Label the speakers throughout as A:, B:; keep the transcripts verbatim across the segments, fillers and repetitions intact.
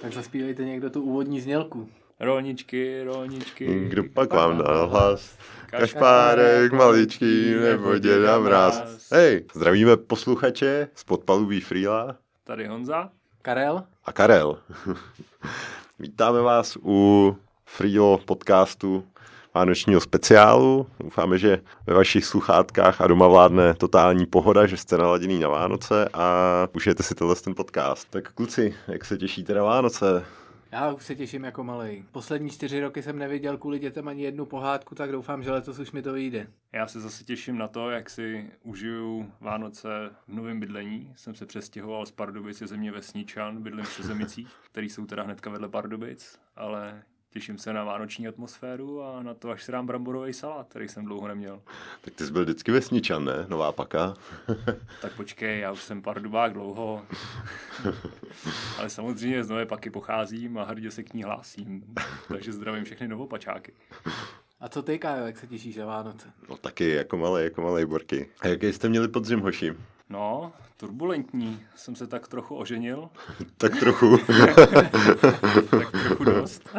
A: Tak zaspívejte někdo tu úvodní znělku.
B: Rolničky, rolničky.
C: Kdo pak vám dal hlas? Kašpárek maličký nebo děda mráz. Hej, zdravíme posluchače z Podpalubí Frýla.
B: Tady Honza.
A: Karel.
C: A Karel. Vítáme vás u Frýlo podcastu vánočního speciálu. Doufáme, že ve vašich sluchátkách a doma vládne totální pohoda, že jste naladěný na Vánoce a užijete si tenhle ten podcast. Tak kluci, jak se těšíte na Vánoce?
A: Já už se těším jako malej. Poslední čtyři roky jsem neviděl kvůli dětem ani jednu pohádku, tak doufám, že letos už mi to vyjde.
B: Já se zase těším na to, jak si užiju Vánoce v novém bydlení. Jsem se přestěhoval z Pardubic, je země Vesničan, bydlím v Sezemicích, který jsou teda hnedka vedle Pardubic, ale těším se na vánoční atmosféru a na to, až si dám bramborový salát, který jsem dlouho neměl.
C: Tak ty jsi byl vždycky Vesničan, ne? Nová paka.
B: Tak počkej, já už jsem Pardubák dlouho. Ale samozřejmě z Nové Paky pocházím a hrdě se k ní hlásím. Takže zdravím všechny novopačáky.
A: A co ty, Kájo, jak se těšíš na Vánoce?
C: No taky, jako malej, jako malej borky. A jaký jste měli podzim, hoši?
B: No, turbulentní. Jsem se tak trochu oženil.
C: Tak trochu.
B: tak trochu dost.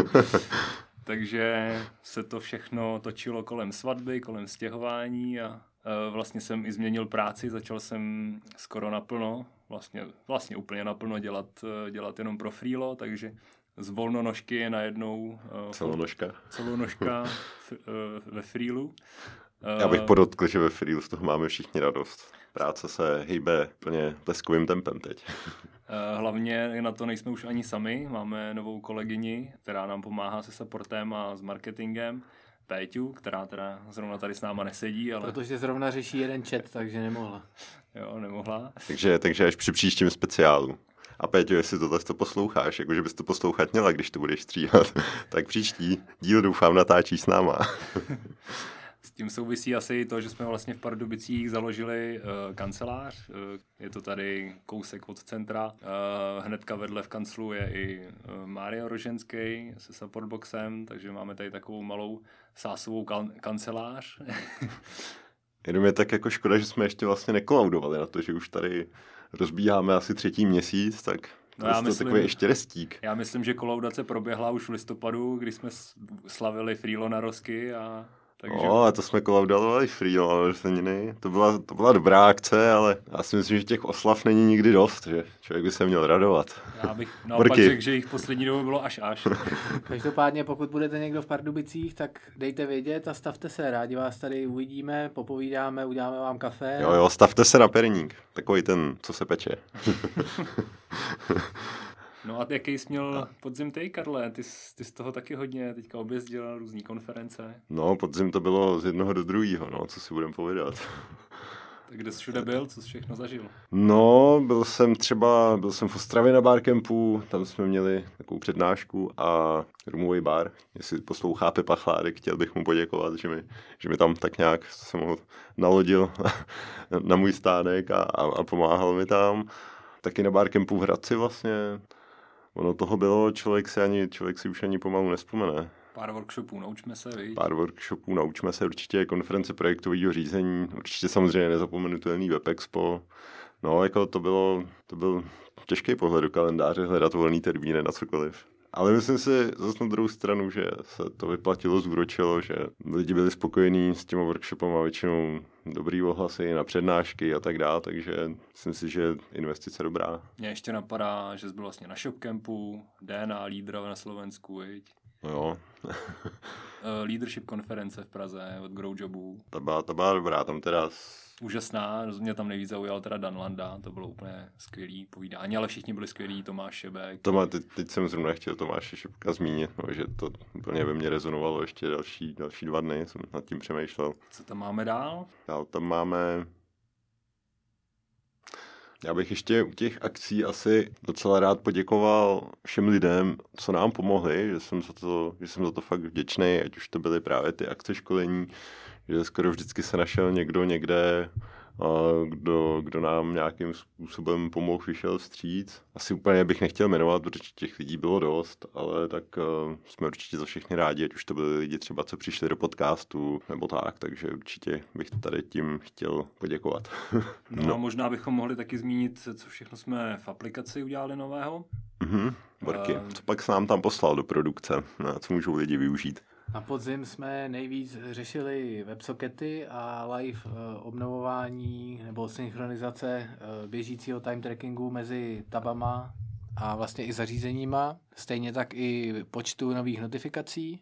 B: Takže se to všechno točilo kolem svatby, kolem stěhování a e, vlastně jsem i změnil práci. Začal jsem skoro naplno, vlastně, vlastně úplně naplno dělat, dělat jenom pro Frýlo, takže z volnonožky je najednou e,
C: celonožka.
B: celonožka f, e, ve Frýlu.
C: E, Já bych podotkl, že ve Frýlu z toho máme všichni radost. Práce se hýbe plně bleskovým tempem teď.
B: Hlavně na to nejsme už ani sami. Máme novou kolegyni, která nám pomáhá se supportem a s marketingem. Péťu, která teda zrovna tady s náma nesedí. Ale...
A: Protože zrovna řeší jeden chat, takže nemohla.
B: Jo, nemohla.
C: Takže, takže až při příštím speciálu. A Péťo, jestli tohle to posloucháš, jakože bys to poslouchat měla, když to budeš stříhat, tak příští díl doufám natáčí s náma.
B: S tím souvisí asi to, že jsme vlastně v Pardubicích založili uh, kancelář. Uh, je to tady kousek od centra. Uh, hnedka vedle v kanclu je i uh, Mário Roženský se supportboxem, takže máme tady takovou malou sásovou kan- kancelář.
C: Jenom je tak jako škoda, že jsme ještě vlastně nekolaudovali na to, že už tady rozbíháme asi třetí měsíc, tak to no je takový ještě restík.
B: Já myslím, že kolaudace proběhla už v listopadu, kdy jsme slavili Frýlo na rozky a takže...
C: No, a to jsme kolaudovali Frýlo, ale to byla, to byla dobrá akce, ale já si myslím, že těch oslav není nikdy dost, že člověk by se měl radovat.
B: Já bych naopak řekl, že jich poslední dobou bylo až až.
A: Každopádně, pokud budete někdo v Pardubicích, tak dejte vědět a stavte se, rádi vás tady uvidíme, popovídáme, uděláme vám kafe.
C: Jo, jo, stavte se na perník, takový ten, co se peče.
B: No a jaký jsi měl podzim ty, Karle? Ty, ty z toho taky hodně teďka objezdil různý konference.
C: No, podzim to bylo z jednoho do druhého, no, co si budem povídat.
B: Tak kde jsi všude byl? Co jsi všechno zažil?
C: No, byl jsem třeba, byl jsem v Ostravě na barcampu, tam jsme měli takovou přednášku a rumový bar. Jestli poslouchá Pepa Chládek, chtěl bych mu poděkovat, že mi, že mi tam tak nějak jsem ho nalodil na můj stánek a, a, a pomáhal mi tam. Taky na barcampu v Hradci vlastně. Ono toho bylo, člověk si, ani, člověk si už ani pomalu nespomene.
B: Pár workshopů, naučme se, víš?
C: Pár workshopů, naučme se, určitě konference projektového řízení, určitě samozřejmě nezapomenutelný WebExpo. No, jako to bylo, to byl těžký pohled do kalendáře, hledat volný termíny na cokoliv. Ale myslím si zase na druhou stranu, že se to vyplatilo, zúročilo, že lidi byli spokojení s těma workshopama, většinou dobrý ohlasy na přednášky a tak dále, takže myslím si, že investice dobrá.
B: Mě ještě napadá, že jsi byl vlastně na ShopCampu, D N A lídra na Slovensku, viď?
C: No jo.
B: Leadership konference v Praze od Growjobu.
C: Ta byla, ta byla dobrá, tam teda...
B: Úžasná, mě tam nejvíc zaujal teda Dan Landa, to bylo úplně skvělý povídání, ale všichni byli skvělí, Tomáš Šebek.
C: Tomá, teď, teď jsem zrovna chtěl Tomáše Šebka zmínit, no, že to úplně ve mně rezonovalo ještě další, další dva dny, jsem nad tím přemýšlel.
B: Co tam máme dál?
C: Dál tam máme... Já bych ještě u těch akcí asi docela rád poděkoval všem lidem, co nám pomohli, že jsem za to, že jsem za to fakt vděčný, ať už to byly právě ty akce školení, že skoro vždycky se našel někdo někde, kdo, kdo nám nějakým způsobem pomohl, vyšel vstříc. Asi úplně bych nechtěl jmenovat, protože těch lidí bylo dost, ale tak uh, jsme určitě za všechny rádi, ať už to byli lidi třeba, co přišli do podcastu, nebo tak, takže určitě bych tady tím chtěl poděkovat.
B: No, no. Možná bychom mohli taky zmínit, co všechno jsme v aplikaci udělali nového.
C: Mhm, borky. Uh, co pak se nám tam poslal do produkce? Na co můžou lidi využít?
A: Na podzim jsme nejvíc řešili WebSockety a live uh, obnovování nebo synchronizace uh, běžícího time trackingu mezi tabama a vlastně i zařízeníma. Stejně tak i počtu nových notifikací.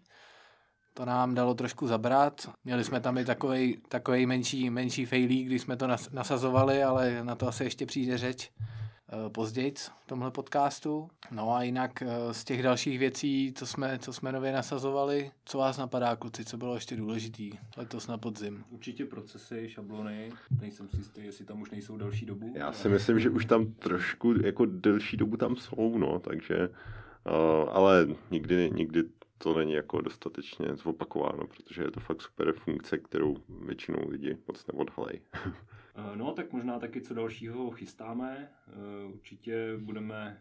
A: To nám dalo trošku zabrat. Měli jsme tam i takovej, takovej menší, menší failí, když jsme to nas, nasazovali, ale na to asi ještě přijde řeč uh, později v tomhle podcastu. No a jinak uh, z těch dalších věcí, co jsme, co jsme nově nasazovali, co vás napadá, kluci, co bylo ještě důležitý letos na podzim?
B: Určitě procesy, šablony, nejsem si jistý, jestli tam už nejsou delší dobu.
C: Já si myslím, že už tam trošku jako delší dobu tam jsou, no, takže, uh, ale nikdy, nikdy to není jako dostatečně zopakováno, protože je to fakt super funkce, kterou většinou lidi moc neodhalej.
B: No, tak možná taky co dalšího chystáme. Určitě budeme,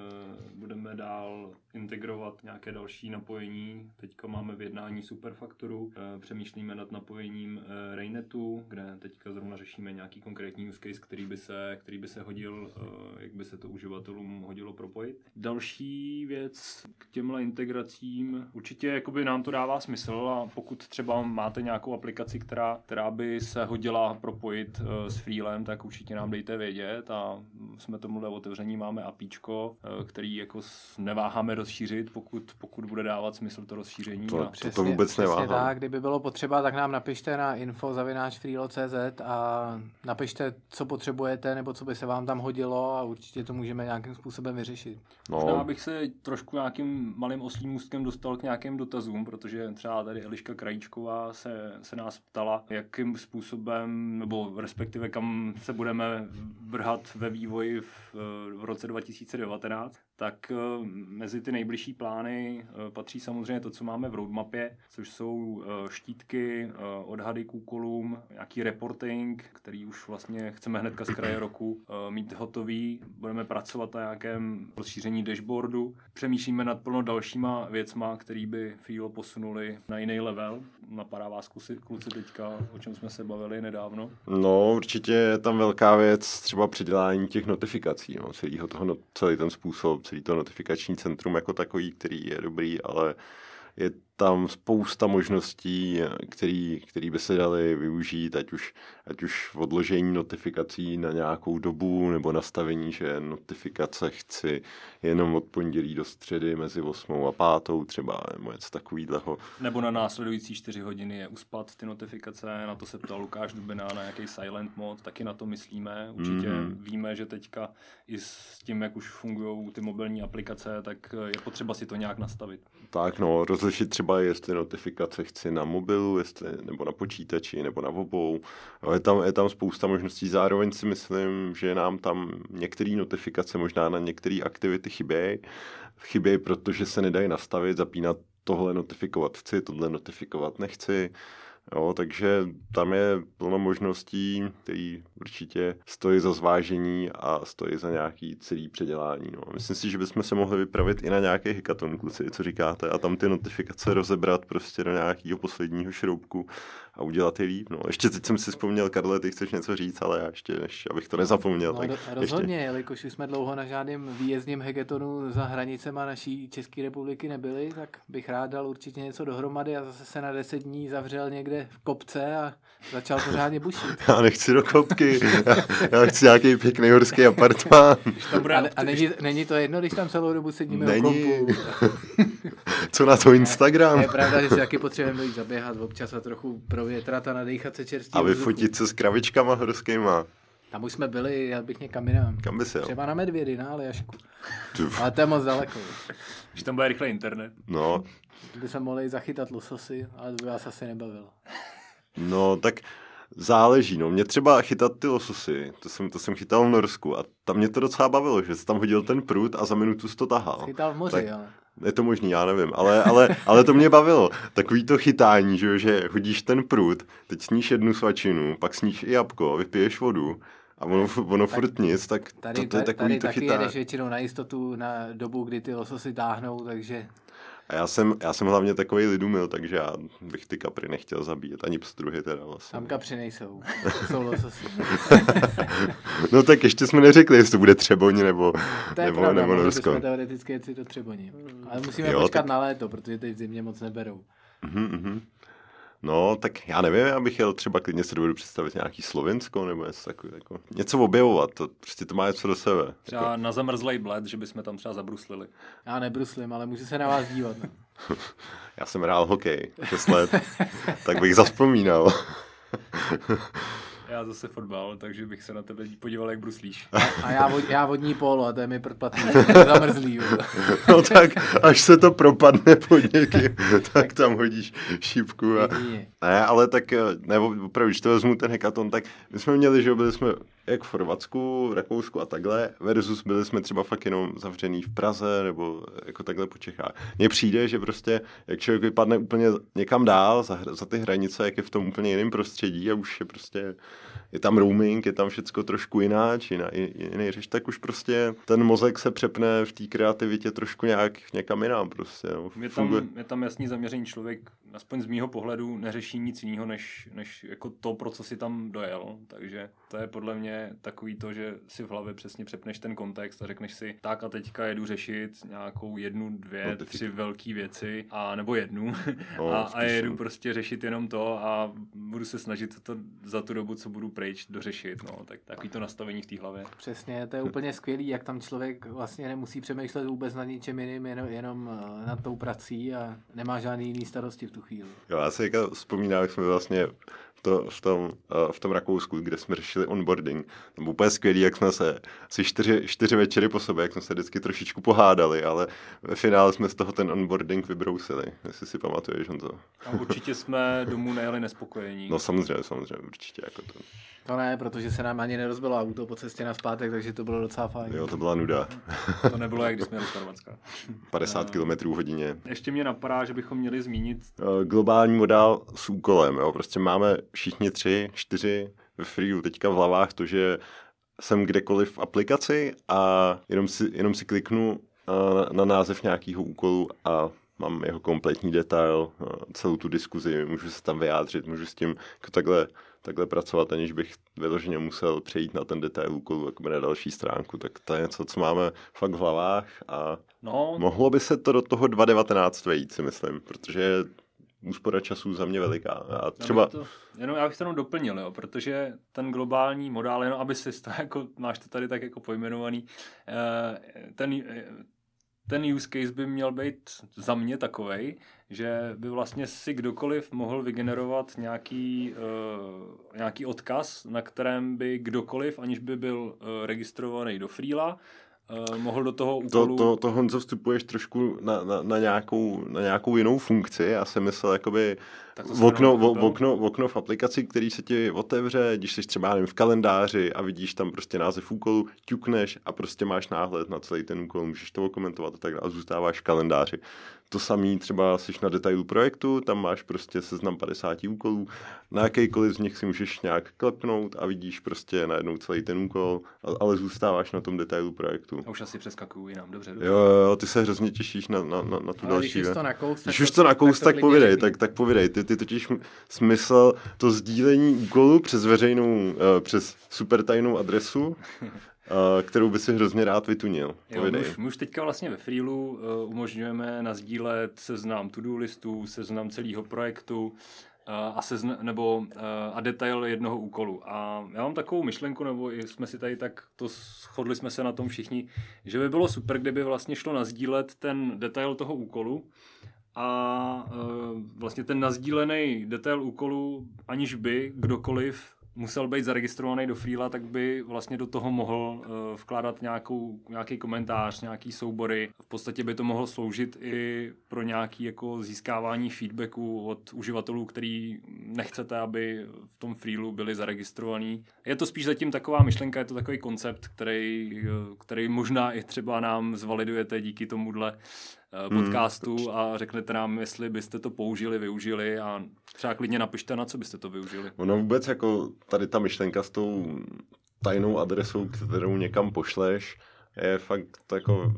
B: budeme dál integrovat nějaké další napojení. Teďka máme v jednání Superfakturu. Přemýšlíme nad napojením Rainetu, kde teďka zrovna řešíme nějaký konkrétní use case, který by se, který by se hodil, jak by se to uživatelům hodilo propojit. Další věc k těmhle integracím. Určitě jakoby nám to dává smysl a pokud třeba máte nějakou aplikaci, která, která by se hodila propojit s Freelem, tak určitě nám dejte vědět a jsme tomuhle otevření, máme APIčko, který jako neváháme rozšířit, pokud, pokud bude dávat smysl to rozšíření.
C: To,
B: a...
C: přesně, to, to vůbec neváhám.
A: Tak, kdyby bylo potřeba, tak nám napište na info zavináč freelo tečka cé zet a napište, co potřebujete, nebo co by se vám tam hodilo a určitě to můžeme nějakým způsobem vyřešit.
C: No.
B: Možná bych se trošku nějakým malým oslím můstkem dostal k nějakým dotazům, protože třeba tady Eliška Krajíčková se, se nás ptala, jakým způsobem, nebo respektive kam se budeme vrhat ve vývoji v, v roce dva tisíce devatenáct, tak mezi ty nejbližší plány patří samozřejmě to, co máme v roadmapě, což jsou štítky, odhady k úkolům, nějaký reporting, který už vlastně chceme hnedka z kraje roku mít hotový. Budeme pracovat na nějakém rozšíření dashboardu. Přemýšlíme nad plno dalšíma věcma, který by Freelo posunuli na jiný level. Napadá vás kluci, kluci teďka, o čem jsme se bavili nedávno?
C: No, určitě je tam velká věc, třeba předělání těch notifikací, no, celýho toho, celý ten způsob, celý to notifikační centrum jako takový, který je dobrý, ale je tam spousta možností, který, který by se daly využít, ať už, ať už odložení notifikací na nějakou dobu, nebo nastavení, že notifikace chci jenom od pondělí do středy mezi osmou a pátou třeba, nebo něco takovýhleho.
B: Nebo na následující čtyři hodiny je uspat ty notifikace, na to se ptal Lukáš Dubina, na nějaký silent mod, taky na to myslíme. Určitě mm-hmm. víme, že teďka i s tím, jak už fungují ty mobilní aplikace, tak je potřeba si to nějak nastavit.
C: Tak no, rozlišit třeba, jestli notifikace chci na mobilu, jestli, nebo na počítači, nebo na obou. Je tam, je tam spousta možností. Zároveň si myslím, že nám tam některé notifikace možná na některé aktivity chybějí. Chybějí, protože se nedají nastavit, zapínat tohle notifikovat chci, tohle notifikovat nechci. Jo, takže tam je plno možností, které určitě stojí za zvážení a stojí za nějaký celý předělání. No. Myslím si, že bychom se mohli vypravit i na nějaký hackathon, kluci, co říkáte, a tam ty notifikace rozebrat prostě do nějakého posledního šroubku a udělat je líp. No. Ještě teď jsem si vzpomněl, Karle, ty chceš něco říct, ale já ještě, než abych to nezapomněl.
A: No,
C: tak
A: do, rozhodně,
C: ještě.
A: Jelikož jsme dlouho na žádném výjezdním hackathonu za hranicema naší České republiky nebyli, tak bych rád dal určitě něco dohromady a zase se na deset dní zavřel někde v kopce a začal pořádně bušit.
C: Já nechci do kopky, já, já chci nějaký pěkný horský apartmán.
A: A, a není, není to jedno, když tam celou dobu sedíme
C: není.
A: o kompu.
C: Co na to Instagram?
A: Je pravda, že si taky potřebujeme dojít zaběhat občas a trochu provětrat a nadýchat se čerstvým.
C: A vyfotit se s kravičkama horskýma.
A: Tam už jsme byli, já bych někam jinam.
C: Kam by se jel?
A: Třeba na Medvědy, na Aljašku. Ale to je moc daleko.
B: Když tam bude rychle internet.
C: No.
A: By se mohli zachytat lososy, ale to by vás asi nebavilo.
C: No, tak záleží, no. Mě třeba chytat ty lososy, to jsem, to jsem chytal v Norsku a tam mě to docela bavilo, že jsi tam hodil ten prut a za minutu jsi to tahal.
A: Chytal v moři, tak, ale.
C: Je to možný, já nevím, ale, ale, ale to mě bavilo. Takový to chytání, že, že hodíš ten prut, teď sníš jednu svačinu, pak sníš i jabko, vypiješ vodu a ono, ono tak furt nic, tak
A: tady,
C: to, to je takový
A: tady
C: to
A: taky
C: chytání.
A: jedeš většinou na jistotu na dobu, kdy ty lososy táhnou, takže...
C: A já jsem, já jsem hlavně takovej lidumil, takže já bych ty kapry nechtěl zabíjet, ani pstruhy teda vlastně.
A: Tam kapři nejsou, jsou lososy.
C: No tak ještě jsme neřekli, jestli to bude Třeboň nebo,
A: to je
C: nebo,
A: pravda,
C: nebo
A: mohli
C: Norsko.
A: bychom teoreticky jet si do Třeboni. Ale musíme
C: Jo,
A: počkat
C: tak...
A: na léto, protože teď v zimě moc neberou.
C: Uhum, uhum. No, tak já nevím, já bych jel třeba klidně se dovedu představit nějaký Slovensko nebo něco takového, jako, něco objevovat, to, prostě to má něco do sebe.
B: Třeba
C: jako.
B: na zamrzlej bled, že bychom tam třeba zabruslili.
A: Já nebruslím, ale můžu se na vás dívat. No.
C: Já jsem hrál hokej šest let, tak bych zavzpomínal.
B: Já zase fotbal, takže bych se na tebe podíval, jak bruslíš.
A: A, a já, vod, já vodní polo, a to je mi proplatný, zamrzlý.
C: No tak, až se to propadne pod někým, tak tam hodíš šípku. A... Ne, ale tak, ne, opravdu, když to vezmu ten hackathon, tak my jsme měli, že byli jsme jak v Chorvatsku, v Rakousku a takhle, versus byli jsme třeba fakt jenom zavřený v Praze, nebo jako takhle po Čechách. Mně přijde, že prostě, jak člověk vypadne úplně někam dál, za, za ty hranice, jak je v tom úplně jiném prostředí a už je prostě, je tam roaming, je tam všecko trošku jináč, jiná, jiný řeš, tak už prostě ten mozek se přepne v té kreativitě trošku nějak někam jinam prostě. No.
B: Je tam, je tam jasný zaměření, člověk, aspoň z mýho pohledu, neřeší nic jiného, než, než jako to, pro co si tam dojel, takže to je podle mě takový to, že si v hlavě přesně přepneš ten kontext a řekneš si, tak a teďka jedu řešit nějakou jednu, dvě, no, tři velké věci, a nebo jednu no, a, a jedu prostě řešit jenom to a budu se snažit to za tu dobu, co budu pryč, dořešit, no, tak takový to nastavení v té hlavě.
A: Přesně, to je úplně skvělý, jak tam člověk vlastně nemusí přemýšlet vůbec nad ničem jiným, jenom, jenom nad tou prací a nemá žádný jiný starosti v tu chvíli.
C: Jo, já si vzpomínám, jak jsme vlastně to, v, tom, v tom Rakousku, kde jsme řešili onboarding. Tam bylo úplně skvělý, jak jsme se asi čtyři, čtyři večery po sobě, jak jsme se vždycky trošičku pohádali, ale ve finále jsme z toho ten onboarding vybrousili, jestli si pamatuješ, on to.
B: A určitě jsme domů nejeli nespokojení.
C: No samozřejmě, samozřejmě, určitě. Jako to.
A: To ne, protože se nám ani nerozbilo auto po cestě nazpátek, takže to bylo docela fajn.
C: Jo, to byla nuda.
B: To nebylo, jak když jsme jeli z Chorvatska.
C: padesát kilometrů hodině.
B: Ještě mě napadá, že bychom měli zmínit
C: globální modál s úkolem. Jo. Prostě máme všichni tři, čtyři ve Freeu teďka v hlavách to, že jsem kdekoliv v aplikaci a jenom si, jenom si kliknu na, na název nějakého úkolu a mám jeho kompletní detail, celou tu diskuzi, můžu se tam vyjádřit, můžu s tím jako takhle, takhle pracovat, aniž bych vyloženě musel přejít na ten detail úkolu jako na další stránku. Tak to je něco, co máme fakt v hlavách a no. Mohlo by se to do toho dva devatenáct vejít, si myslím, protože úspora času za mě veliká. A třeba...
B: Já bych to, jenom, já bych to jenom doplnil, jo, protože ten globální modál, jenom aby si to jako, máš to tady tak jako pojmenovaný, ten, ten use case by měl být za mě takovej, že by vlastně si kdokoliv mohl vygenerovat nějaký, uh, nějaký odkaz, na kterém by kdokoliv, aniž by byl uh, registrovaný do Freela, Uh, mohl do toho úkolu...
C: To, to, to Honzo, vstupuješ trošku na, na, na, nějakou, na nějakou jinou funkci. Já jsem myslel, jakoby okno, v, okno, okno v aplikaci, který se ti otevře, když jsi třeba nevím, v kalendáři a vidíš tam prostě název úkolu, ťukneš a prostě máš náhled na celý ten úkol, můžeš to okomentovat a tak dále a zůstáváš v kalendáři. To samý třeba jsi na detailu projektu, tam máš prostě seznam padesáti úkolů, na jakýkoliv z nich si můžeš nějak klepnout a vidíš prostě najednou celý ten úkol, ale zůstáváš na tom detailu projektu.
B: A už asi přeskakuju jinam, dobře, dobře.
C: Jo, jo, ty se hrozně těšíš na, na, na, na tu
A: ale
C: další.
A: Když už to nakous,
C: když už to nakous, tak, tak povidej, tak, tak povidej. Ty, ty totiž smysl to sdílení úkolu přes veřejnou, uh, přes super tajnou adresu, Uh, kterou by si hrozně rád vytunil.
B: Jo, my, už, my už teďka vlastně ve Freelu uh, umožňujeme nasdílet seznam to-do listů, seznam celého projektu uh, a, sezna, nebo, uh, a detail jednoho úkolu. A já mám takovou myšlenku, nebo jsme si tady tak, to shodli jsme se na tom všichni, že by bylo super, kdyby vlastně šlo nasdílet ten detail toho úkolu a uh, vlastně ten nasdílený detail úkolu, aniž by kdokoliv musel být zaregistrovaný do Freela, tak by vlastně do toho mohl uh, vkládat nějakou, nějaký komentář, nějaký soubory. V podstatě by to mohlo sloužit i pro nějaké jako získávání feedbacku od uživatelů, který nechcete, aby v tom Freelu byli zaregistrovaní. Je to spíš zatím taková myšlenka, je to takový koncept, který, který možná i třeba nám zvalidujete díky tomuhle podcastu hmm. a řeknete nám, jestli byste to použili, využili a třeba klidně napište, na co byste to využili.
C: Ono vůbec jako tady ta myšlenka s tou tajnou adresou, kterou někam pošleš, je fakt jako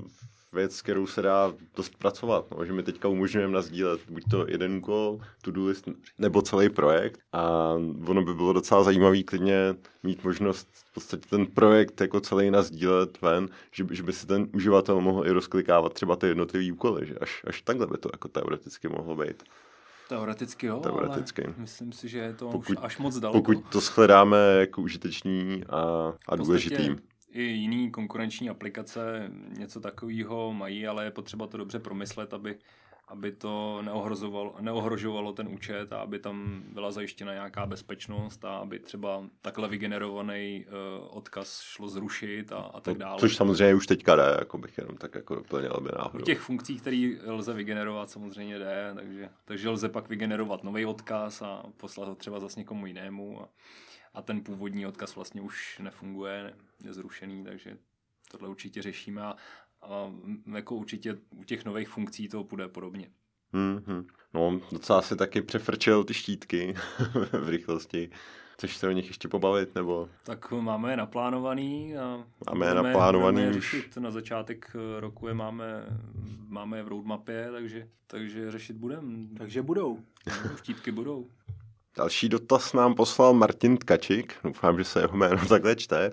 C: věc, kterou se dá dost pracovat, no, že my teďka umožňujeme nasdílet buď to jeden úkol, to-do list, nebo celý projekt a ono by bylo docela zajímavý klidně mít možnost v podstatě ten projekt jako celý nasdílet ven, že, že by si ten uživatel mohl i rozklikávat třeba ty jednotlivý úkoly, že až, až takhle by to jako teoreticky mohlo být.
B: Teoreticky jo,
C: Teoreticky.
B: Ale myslím si, že je to
C: pokud,
B: už až moc daleko.
C: Pokud to shledáme jako užitečný a, a důležitý.
B: I jiný konkurenční aplikace něco takového mají, ale je potřeba to dobře promyslet, aby, aby to neohrozovalo, neohrožovalo ten účet a aby tam byla zajištěna nějaká bezpečnost a aby třeba takhle vygenerovaný uh, odkaz šlo zrušit a, a tak dále.
C: Což samozřejmě už teďka jde, jako bych jenom tak jako doplnil, aby náhodou.
B: U těch funkcí, které lze vygenerovat, samozřejmě jde, takže, takže lze pak vygenerovat nový odkaz a poslat ho třeba zase někomu jinému a A ten původní odkaz vlastně už nefunguje, je zrušený, takže tohle určitě řešíme a, a jako určitě u těch nových funkcí to bude podobně.
C: Mm-hmm. No, docela si taky přefrčil ty štítky v rychlosti. Chceš se o nich ještě pobavit, nebo?
B: Tak máme je naplánovaný a
C: máme je
B: budeme,
C: naplánovaný
B: budeme
C: už.
B: řešit na začátek roku je máme, máme je v roadmapě, takže, takže řešit budeme.
A: Takže budou.
B: Štítky budou.
C: Další dotaz nám poslal Martin Tkačik, doufám, že se jeho jméno takhle čte.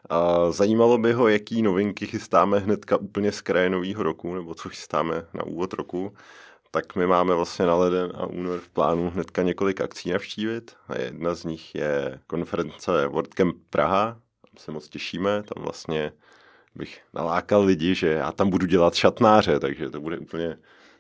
C: A zajímalo by ho, jaký novinky chystáme hnedka úplně z kraje nového roku, nebo co chystáme na úvod roku. Tak my máme vlastně na leden a únor v plánu hnedka několik akcí navštívit. A jedna z nich je konference WordCamp Praha, tam se moc těšíme, tam vlastně bych nalákal lidi, že já tam budu dělat šatnáře, takže to bude úplně...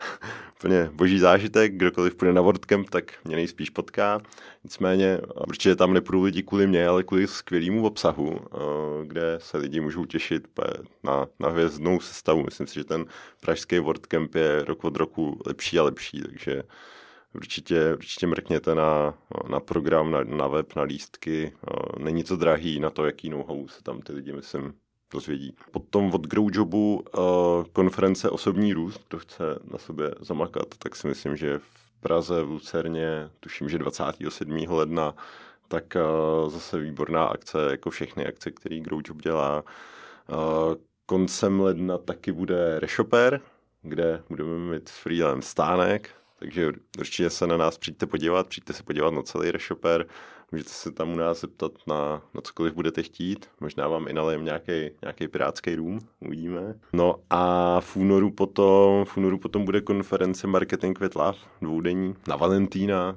C: úplně boží zážitek, kdokoliv půjde na WordCamp, tak mě nejspíš potká. Nicméně určitě tam nepůjdou lidi kvůli mě, ale kvůli skvělému obsahu, kde se lidi můžou těšit na, na hvězdnou sestavu. Myslím si, že ten pražský WordCamp je rok od roku lepší a lepší, takže určitě, určitě mrkněte na, na program, na, na web, na lístky. Není to drahý na to, jaký know-how se tam ty lidi, myslím, dozvědí. Potom od Growjobu uh, konference Osobní růst, kdo chce na sobě zamakat, tak si myslím, že v Praze, v Lucerně, tuším, že dvacátého sedmého ledna, tak uh, zase výborná akce, jako všechny akce, které Growjob dělá. Uh, koncem ledna taky bude Reshopper, kde budeme mít s Freelem stánek, takže určitě se na nás přijďte podívat, přijďte se podívat na celý Reshopper. Můžete se tam u nás zeptat na, na cokoliv budete chtít. Možná vám i nalejem nějaký, nějaký pirátský room, uvidíme. No a v únoru potom, v únoru potom bude konference Marketing with Love, dvoudenní, na Valentína,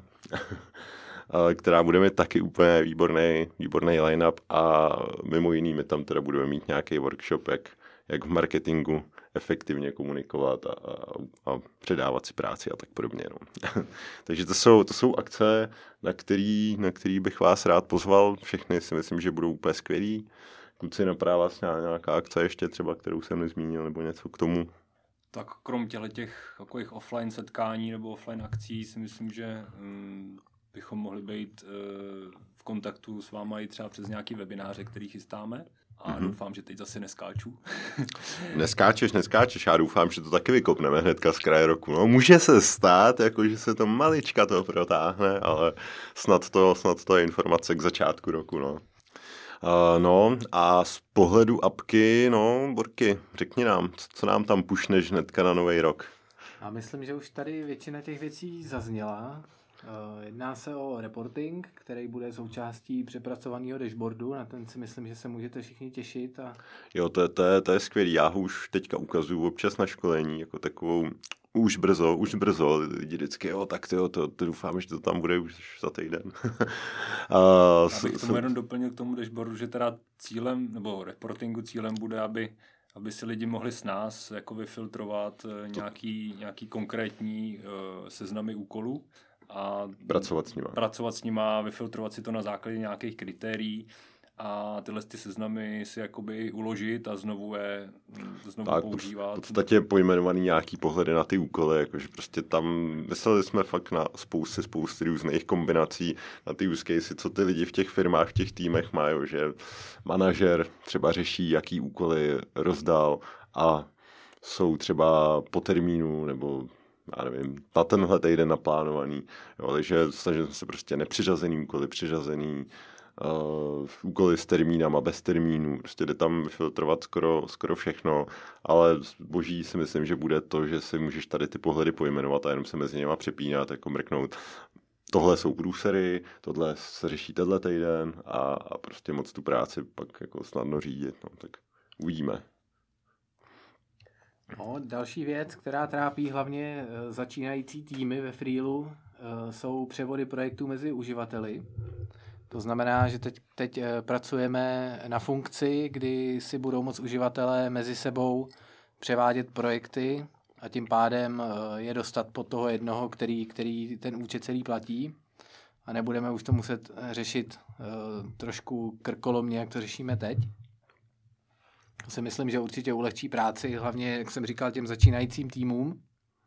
C: která bude mít taky úplně výborný, výborný line-up a mimo jiný my tam teda budeme mít nějaký workshop, jak, jak v marketingu efektivně komunikovat a, a, a předávat si práci a tak podobně. No. Takže to jsou, to jsou akce, na který, na který bych vás rád pozval. Všechny si myslím, že budou úplně skvělý. Kluci, napadá vás nějaká akce ještě třeba, kterou jsem nezmínil, nebo něco k tomu?
B: Tak krom těch takových offline setkání nebo offline akcí si myslím, že um, bychom mohli být uh, v kontaktu s váma i třeba přes nějaký webináře, který chystáme. A mm-hmm. doufám, že teď zase neskáču.
C: Neskáčeš, neskáčeš. Já doufám, že to taky vykopneme hnedka z kraje roku. No, může se stát, jako, že se to malička to protáhne, ale snad to, snad to je informace k začátku roku. No. Uh, no a z pohledu apky, no, Borky, řekni nám, co, co nám tam pušneš hnedka na nový rok?
A: A myslím, že už tady většina těch věcí zazněla. Jedná se o reporting, který bude součástí přepracovaného dashboardu, na ten si myslím, že se můžete všichni těšit. A...
C: Jo, to je, to, je, to je skvělý, já ho už teďka ukazuju občas na školení, jako takovou už brzo, už brzo, lidi vždycky, jo, tak to, to, to doufám, že to tam bude už za týden.
B: a, Já bych tomu jenom doplnil k tomu dashboardu, že teda cílem, nebo reportingu cílem bude, aby aby si lidi mohli s nás jako vyfiltrovat nějaký, nějaký konkrétní uh, seznamy úkolů a
C: pracovat s nima.
B: Pracovat s nima, vyfiltrovat si to na základě nějakých kritérií a tyhle ty seznamy si jakoby uložit a znovu je znovu
C: tak,
B: používat.
C: V podstatě pojmenovaný nějaký pohledy na ty úkoly, jakože prostě tam mysleli jsme fakt na spousty, spousty různých kombinací, na ty use case, co ty lidi v těch firmách, v těch týmech mají, že manažer třeba řeší, jaký úkoly rozdal a jsou třeba po termínu nebo já nevím, na tenhle týden naplánovaný. Jo, takže snažíme se prostě nepřiřazený úkoly, přiřazený uh, úkoly s termínama, bez termínů, prostě jde tam filtrovat skoro, skoro všechno, ale boží si myslím, že bude to, že si můžeš tady ty pohledy pojmenovat a jenom se mezi něma přepínat, jako mrknout. Tohle jsou průsery, tohle se řeší tenhle týden a, a prostě moc tu práci pak jako snadno řídit, no, tak uvidíme.
A: No, další věc, která trápí hlavně začínající týmy ve Freelu, jsou převody projektů mezi uživateli. To znamená, že teď, teď pracujeme na funkci, kdy si budou moct uživatelé mezi sebou převádět projekty a tím pádem je dostat pod toho jednoho, který, který ten účet celý platí. A nebudeme už to muset řešit uh, trošku krkolomně, jak to řešíme teď. To si myslím, že určitě ulehčí práci, hlavně, jak jsem říkal, těm začínajícím týmům.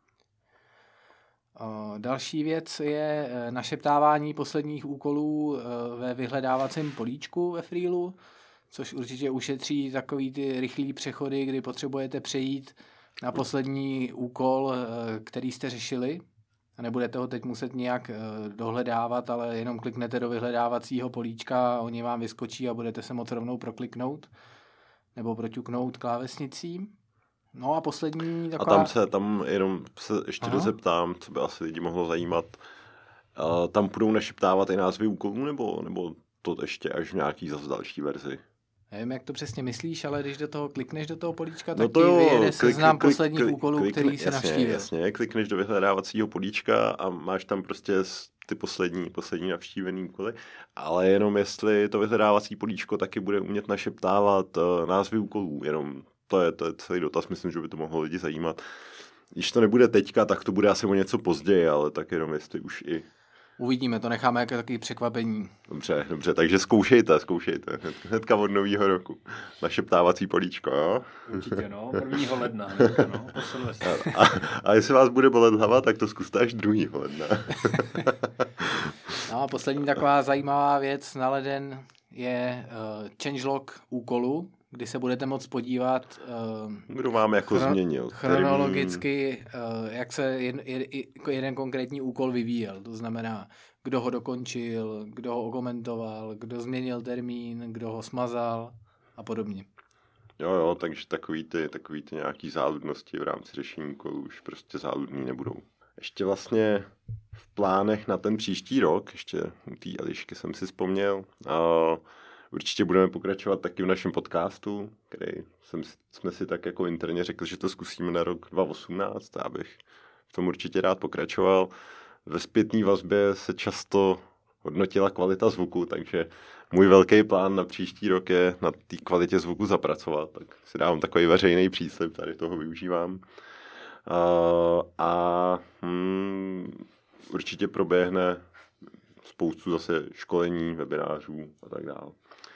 A: Uh, další věc je našeptávání posledních úkolů uh, ve vyhledávacím políčku ve Freelu, což určitě ušetří takový ty rychlý přechody, kdy potřebujete přejít na poslední úkol, který jste řešili. A nebudete ho teď muset nějak dohledávat, ale jenom kliknete do vyhledávacího políčka a oni vám vyskočí a budete se moct rovnou prokliknout nebo proťuknout klávesnicí. No a poslední taková...
C: A tam se, tam jenom se ještě
A: Aha.
C: dozeptám, co by asi lidi mohlo zajímat. Uh, tam budou našeptávat i názvy úkolů, nebo, nebo to ještě až v nějaký zase další verzi?
A: Nevím, jak to přesně myslíš, ale když do toho klikneš do toho políčka, tak
C: no to
A: ti
C: jo,
A: vyjede seznam
C: klik,
A: posledních
C: klik,
A: úkolů,
C: klik,
A: který
C: klik,
A: se
C: jasně,
A: navštívil.
C: Jasně, klikneš do vyhledávacího políčka a máš tam prostě ty poslední, poslední navštívený úkoly, ale jenom jestli to vyhledávací políčko taky bude umět našeptávat uh, názvy úkolů, jenom to je, to je celý dotaz, myslím, že by to mohlo lidi zajímat. Když to nebude teďka, tak to bude asi o něco později, ale tak jenom jestli už i...
A: Uvidíme, to necháme jako takový překvapení.
C: Dobře, dobře, takže zkoušejte, zkoušejte. Hnedka od nového roku. Našeptávací políčko, jo?
B: Určitě, no. prvního ledna. Hnedka, no.
C: A, a, a jestli vás bude bolet hlava, tak to zkuste až druhého ledna.
A: No a poslední taková zajímavá věc na leden je uh, changelog úkolu, kdy se budete moct podívat, uh,
C: kdo vám jako
A: chron-
C: změnil.
A: chronologicky, uh, jak se jed, jed, jeden konkrétní úkol vyvíjel. To znamená, kdo ho dokončil, kdo ho okomentoval, kdo změnil termín, kdo ho smazal a podobně.
C: Jo, jo, takže takový ty, takový ty nějaký záludnosti v rámci řešení úkolů už prostě záludný nebudou. Ještě vlastně v plánech na ten příští rok, ještě u té Elišky jsem si vzpomněl, a určitě budeme pokračovat taky v našem podcastu, který jsem, jsme si tak jako interně řekli, že to zkusíme na rok dva tisíce osmnáct, a abych v tom určitě rád pokračoval. Ve zpětné vazbě se často hodnotila kvalita zvuku, takže můj velký plán na příští rok je na té kvalitě zvuku zapracovat, tak si dávám takový veřejný příslib, tady toho využívám. A, a hmm, určitě proběhne spoustu zase školení, webinářů a tak dále.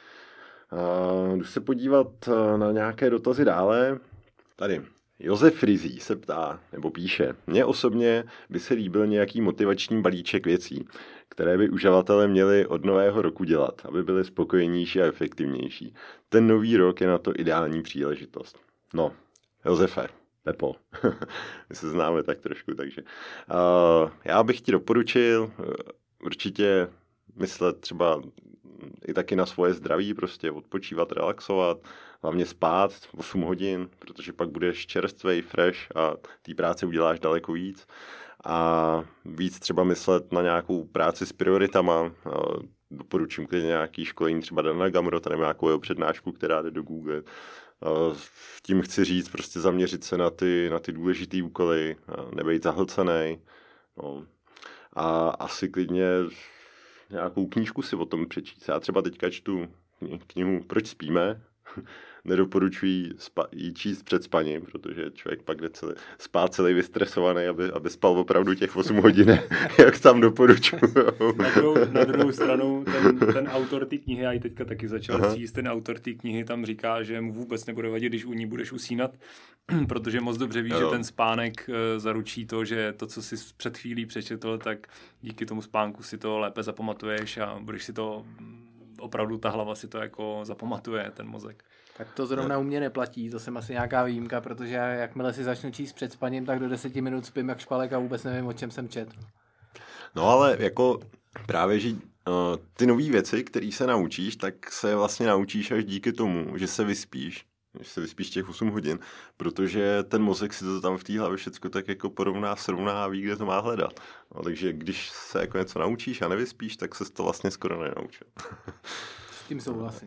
C: Jdu se podívat na nějaké dotazy dále. Tady Josef Rizí se ptá, nebo píše, mně osobně by se líbil nějaký motivační balíček věcí, které by uživatelé měli od nového roku dělat, aby byli spokojenější a efektivnější. Ten nový rok je na to ideální příležitost. No, Josefe, Pepo, my se známe tak trošku, takže uh, já bych ti doporučil uh, určitě myslet třeba i taky na svoje zdraví, prostě odpočívat, relaxovat, hlavně spát osm hodin, protože pak budeš čerstvej, fresh a té práce uděláš daleko víc. A víc třeba myslet na nějakou práci s prioritama. Doporučím klidně nějaký školení třeba Dana Gamrota nebo nějakou jeho přednášku, která jde do Google. Tím chci říct, prostě zaměřit se na ty, na ty důležitý úkoly, nebejt zahlcenej. No. A asi klidně nějakou knížku si o tom přečíst. Já třeba teďka čtu knihu Proč spíme. Nedoporučuji spa- jí číst před spaním, protože člověk pak jde celý, spát celý vystresovaný, aby, aby spal opravdu těch osm hodin, jak tam doporučuji.
B: Na druhou, na druhou stranu ten, ten autor té knihy, já ji teďka taky začal číst, ten autor té knihy tam říká, že mu vůbec nebude vadit, když u ní budeš usínat, protože moc dobře ví, jo. že ten spánek zaručí to, že to, co jsi před chvílí přečetl, tak díky tomu spánku si to lépe zapamatuješ a budeš si to, opravdu ta hlava si to jako zapamatuje, ten mozek.
A: Tak to zrovna u mě neplatí, to jsem asi nějaká výjimka, protože já, jakmile si začnu číst před spaním, tak do deseti minut spím jak špalek a vůbec nevím, o čem jsem četl.
C: No ale jako právě, že ty nové věci, které se naučíš, tak se vlastně naučíš až díky tomu, že se vyspíš. Že se vyspíš těch osm hodin, protože ten mozek si to tam v té hlavě všecko tak jako porovná, srovná a ví, kde to má hledat. No, takže když se jako něco naučíš a nevyspíš, tak se to vlastně skoro nenaučil.
A: S tím souhlasím.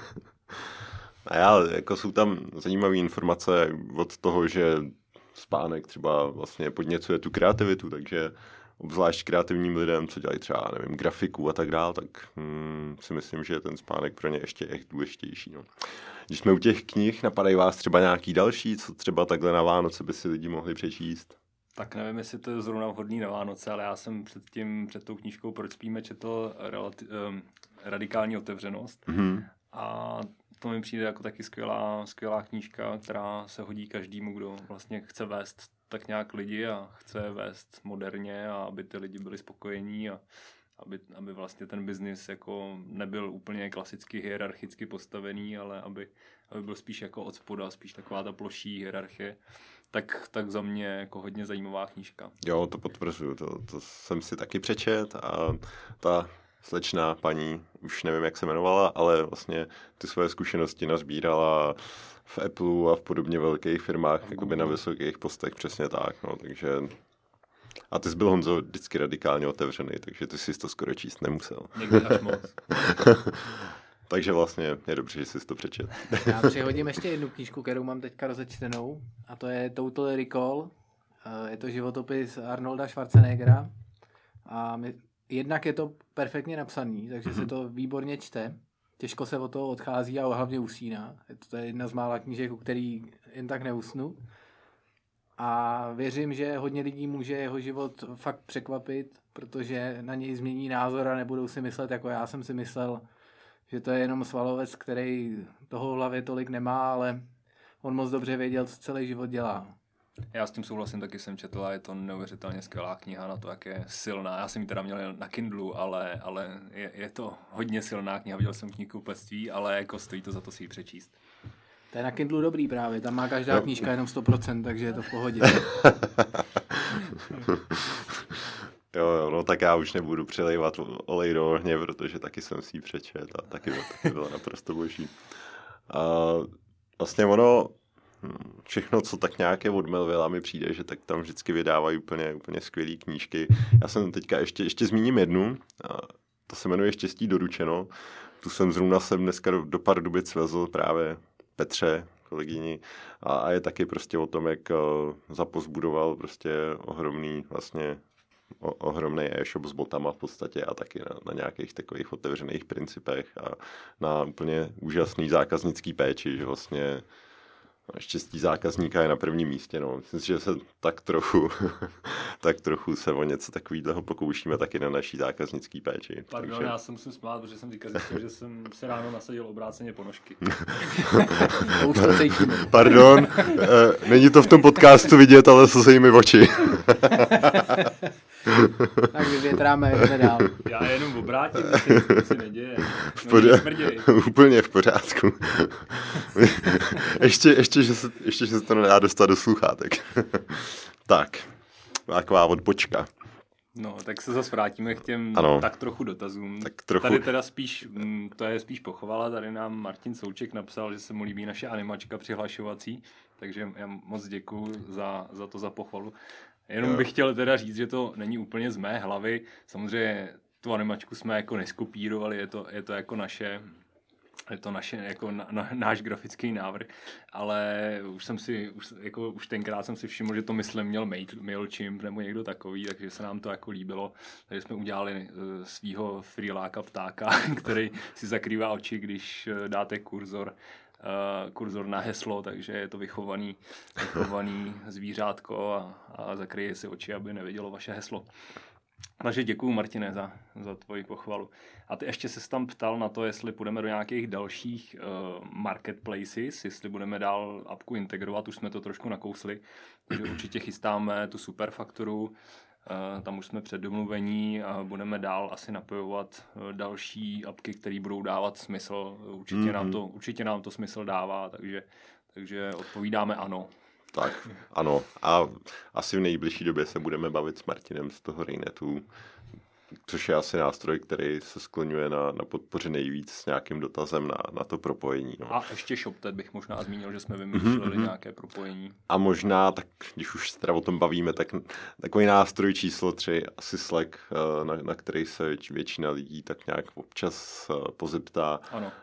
C: A já, jako jsou tam zajímavé informace od toho, že spánek třeba vlastně podněcuje tu kreativitu, takže obzvlášť kreativním lidem, co dělají třeba, nevím, grafiku a tak dál, tak hmm, si myslím, že je ten spánek pro ně ještě echt důležitější. No. Když jsme u těch knih, napadají vás třeba nějaký další, co třeba takhle na Vánoce by si lidi mohli přečíst?
B: Tak nevím, jestli to je zrovna vhodný na Vánoce, ale já jsem před tím, před tou knížkou Proč spíme četl relati- um, Radikální otevřenost. Mm-hmm. A to mi přijde jako taky skvělá, skvělá knížka, která se hodí každému, kdo vlastně chce vést tak nějak lidi a chce vést moderně a aby ty lidi byli spokojení a aby, aby vlastně ten biznis jako nebyl úplně klasicky hierarchicky postavený, ale aby, aby byl spíš jako od spoda, spíš taková ta ploší hierarchie. Tak, tak za mě jako hodně zajímavá knížka.
C: Jo, to potvrzuju, to, to jsem si taky přečet a ta slečná paní, už nevím, jak se jmenovala, ale vlastně ty svoje zkušenosti nazbírala v Apple a v podobně velkých firmách, jakoby na vysokých postech, přesně tak, no, takže... A ty jsi byl, Honzo, vždycky radikálně otevřený, takže ty jsi to skoro číst nemusel.
B: Někdy až moc.
C: Takže vlastně je dobře, že jsi to přečet.
A: Já přihodím ještě jednu knížku, kterou mám teďka rozečtenou, a to je Total Recall. Je to životopis Arnolda Schwarzeneggera. A my, jednak je to perfektně napsaný, takže mm-hmm. se to výborně čte. Těžko se od toho odchází a hlavně usíná. Je to je jedna z mála knížek, u který jen tak neusnu. A věřím, že hodně lidí může jeho život fakt překvapit, protože na něj změní názor a nebudou si myslet, jako já jsem si myslel, že to je jenom svalovec, který toho v hlavě tolik nemá, ale on moc dobře věděl, co celý život dělá.
B: Já s tím souhlasím, taky jsem četl a je to neuvěřitelně skvělá kniha na to, jak je silná. Já jsem ji teda měl na Kindlu, ale, ale je, je to hodně silná kniha. Viděl jsem knížku v pectví, ale jako stojí to za to si ji přečíst.
A: To je na Kindlu dobrý právě, tam má každá no. knížka jenom sto procent, takže je to v pohodě.
C: Jo, jo, no tak já už nebudu přelejvat olej do ohně, protože taky jsem si ji přečet a taky, taky bylo naprosto boží. A vlastně ono, všechno, co tak nějaké od Melvilla mi přijde, že tak tam vždycky vydávají úplně, úplně skvělý knížky. Já jsem teďka ještě, ještě zmíním jednu, a to se jmenuje Štěstí doručeno. Tu jsem zrovna sem dneska do, do Pardubic vezl právě Petře, kolegyni, a, a je taky prostě o tom, jak uh, zapozbudoval prostě ohromný vlastně o, ohromný e-shop s botama v podstatě a taky na, na nějakých takových otevřených principech a na úplně úžasný zákaznický péči, že vlastně štěstí zákazníka je na prvním místě. No. Myslím si, že se tak trochu, tak trochu se o něco takového pokoušíme taky na naší zákaznický péči.
B: Pardon,
C: takže...
B: já se musím smát, protože jsem teďka zjistil, že jsem se ráno nasadil obráceně ponožky.
C: Pardon, není to v tom podcastu vidět, ale slzejí mi oči.
A: Tak vyvětráme, jdeme dál.
B: Já jenom obrátím, to si neděje.
C: V pořádku, úplně v pořádku. ještě, ještě, že se, ještě, že se to nedá dostat do sluchátek. Tak, taková odbočka.
B: No, tak se zase vrátíme k těm
C: ano.
B: tak trochu dotazům.
C: Tak trochu.
B: Tady teda spíš, to je spíš pochvala, tady nám Martin Souček napsal, že se mu líbí naše animačka přihlašovací, takže já moc děkuju za, za to, za pochvalu. Jenom jo. bych chtěl teda říct, že to není úplně z mé hlavy. Samozřejmě tu animačku jsme jako neskopírovali, je to, je to jako naše, je to naše, jako na, na, náš grafický návrh, ale už jsem si, už, jako, už tenkrát jsem si všiml, že to myslím měl Mailchimp nebo někdo takový, takže se nám to jako líbilo. Takže jsme udělali uh, svýho freeláka ptáka, který si zakrývá oči, když uh, dáte kurzor. Uh, kurzor na heslo, takže je to vychovaný, vychovaný zvířátko a, a zakryje si oči, aby nevidělo vaše heslo. Takže děkuju, Martine, za, za tvoji pochvalu. A ty ještě se tam ptal na to, jestli půjdeme do nějakých dalších uh, marketplaces, jestli budeme dál apku integrovat, už jsme to trošku nakousli, takže určitě chystáme tu Superfakturu, uh, tam už jsme předdomluvení a budeme dál asi napojovat uh, další apky, které budou dávat smysl. Určitě, mm-hmm. nám to, určitě nám to smysl dává, takže, takže odpovídáme ano.
C: Tak, ano. A asi v nejbližší době se budeme bavit s Martinem z toho Rejnetu. což je asi nástroj, který se skloňuje na, na podpoře nejvíc s nějakým dotazem na, na to propojení. No.
B: A ještě ShopTet bych možná zmínil, že jsme vymýšleli mm-hmm. nějaké propojení.
C: A možná, tak když už se teda o tom bavíme, tak takový nástroj číslo tři, asi Slack, na, na který se většina lidí tak nějak občas pozeptá,
B: ano.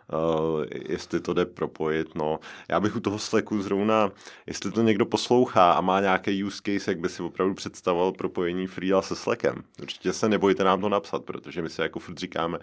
C: jestli to jde propojit. No. Já bych u toho Slacku zrovna, jestli to někdo poslouchá a má nějaký use case, jak by si opravdu představoval propojení Freela se Slackem. Určitě se nebojte nám to napsat, protože my si jako furt říkáme,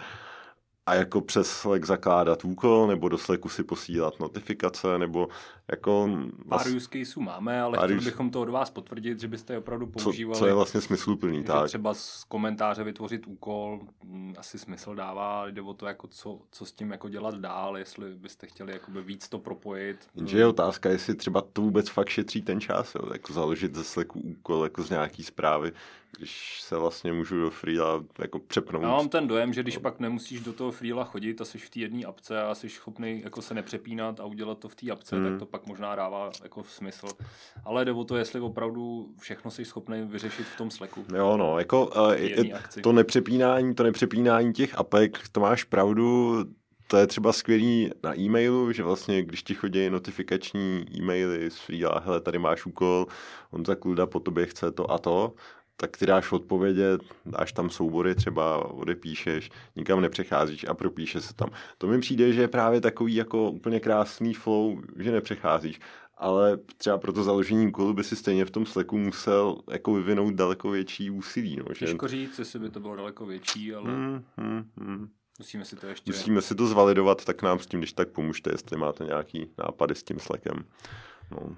C: a jako přes Slack zakládat úkol, nebo do Slacku si posílat notifikace, nebo jako...
B: Pár use caseů máme, ale chtěli use... bychom to od vás potvrdit, že byste je opravdu používali.
C: Co, co je vlastně smysluplný,
B: že
C: tak.
B: Třeba z komentáře vytvořit úkol, asi smysl dává, jde o to, jako co, co s tím jako dělat dál, jestli byste chtěli jakoby víc to propojit.
C: Jenže je otázka, jestli třeba to vůbec fakt šetří ten čas, jo? Jako založit ze Slacku úkol jako z nějaký zprávy, když se vlastně můžu do Freela jako přepnout.
B: Já mám ten dojem, že když pak nemusíš do toho Freela chodit a jsi v té jedné apce a jsi schopný jako se nepřepínat a udělat to v té apce, hmm. tak to pak možná dává jako smysl. Ale jde o to, jestli opravdu všechno jsi schopný vyřešit v tom Slacku.
C: Jo, no, jako uh, je, to nepřepínání, to nepřepínání těch apek, to máš pravdu, to je třeba skvělý na e-mailu, že vlastně, když ti chodí notifikační e-maily z Freela, hele, tady máš úkol, on za kluda po tobě chce to a to, tak ty dáš odpovědět, dáš tam soubory, třeba odepíšeš, nikam nepřecházíš a propíše se tam. To mi přijde, že je právě takový jako úplně krásný flow, že nepřecházíš. Ale třeba pro to založení úkolu by si stejně v tom Slacku musel jako vyvinout daleko větší úsilí. No, že...
B: Těžko říct, jestli by to bylo daleko větší, ale hmm, hmm, hmm. musíme si to ještě...
C: Musíme si to zvalidovat, tak nám s tím, když tak pomůžte, jestli máte nějaký nápady s tím Slackem. No.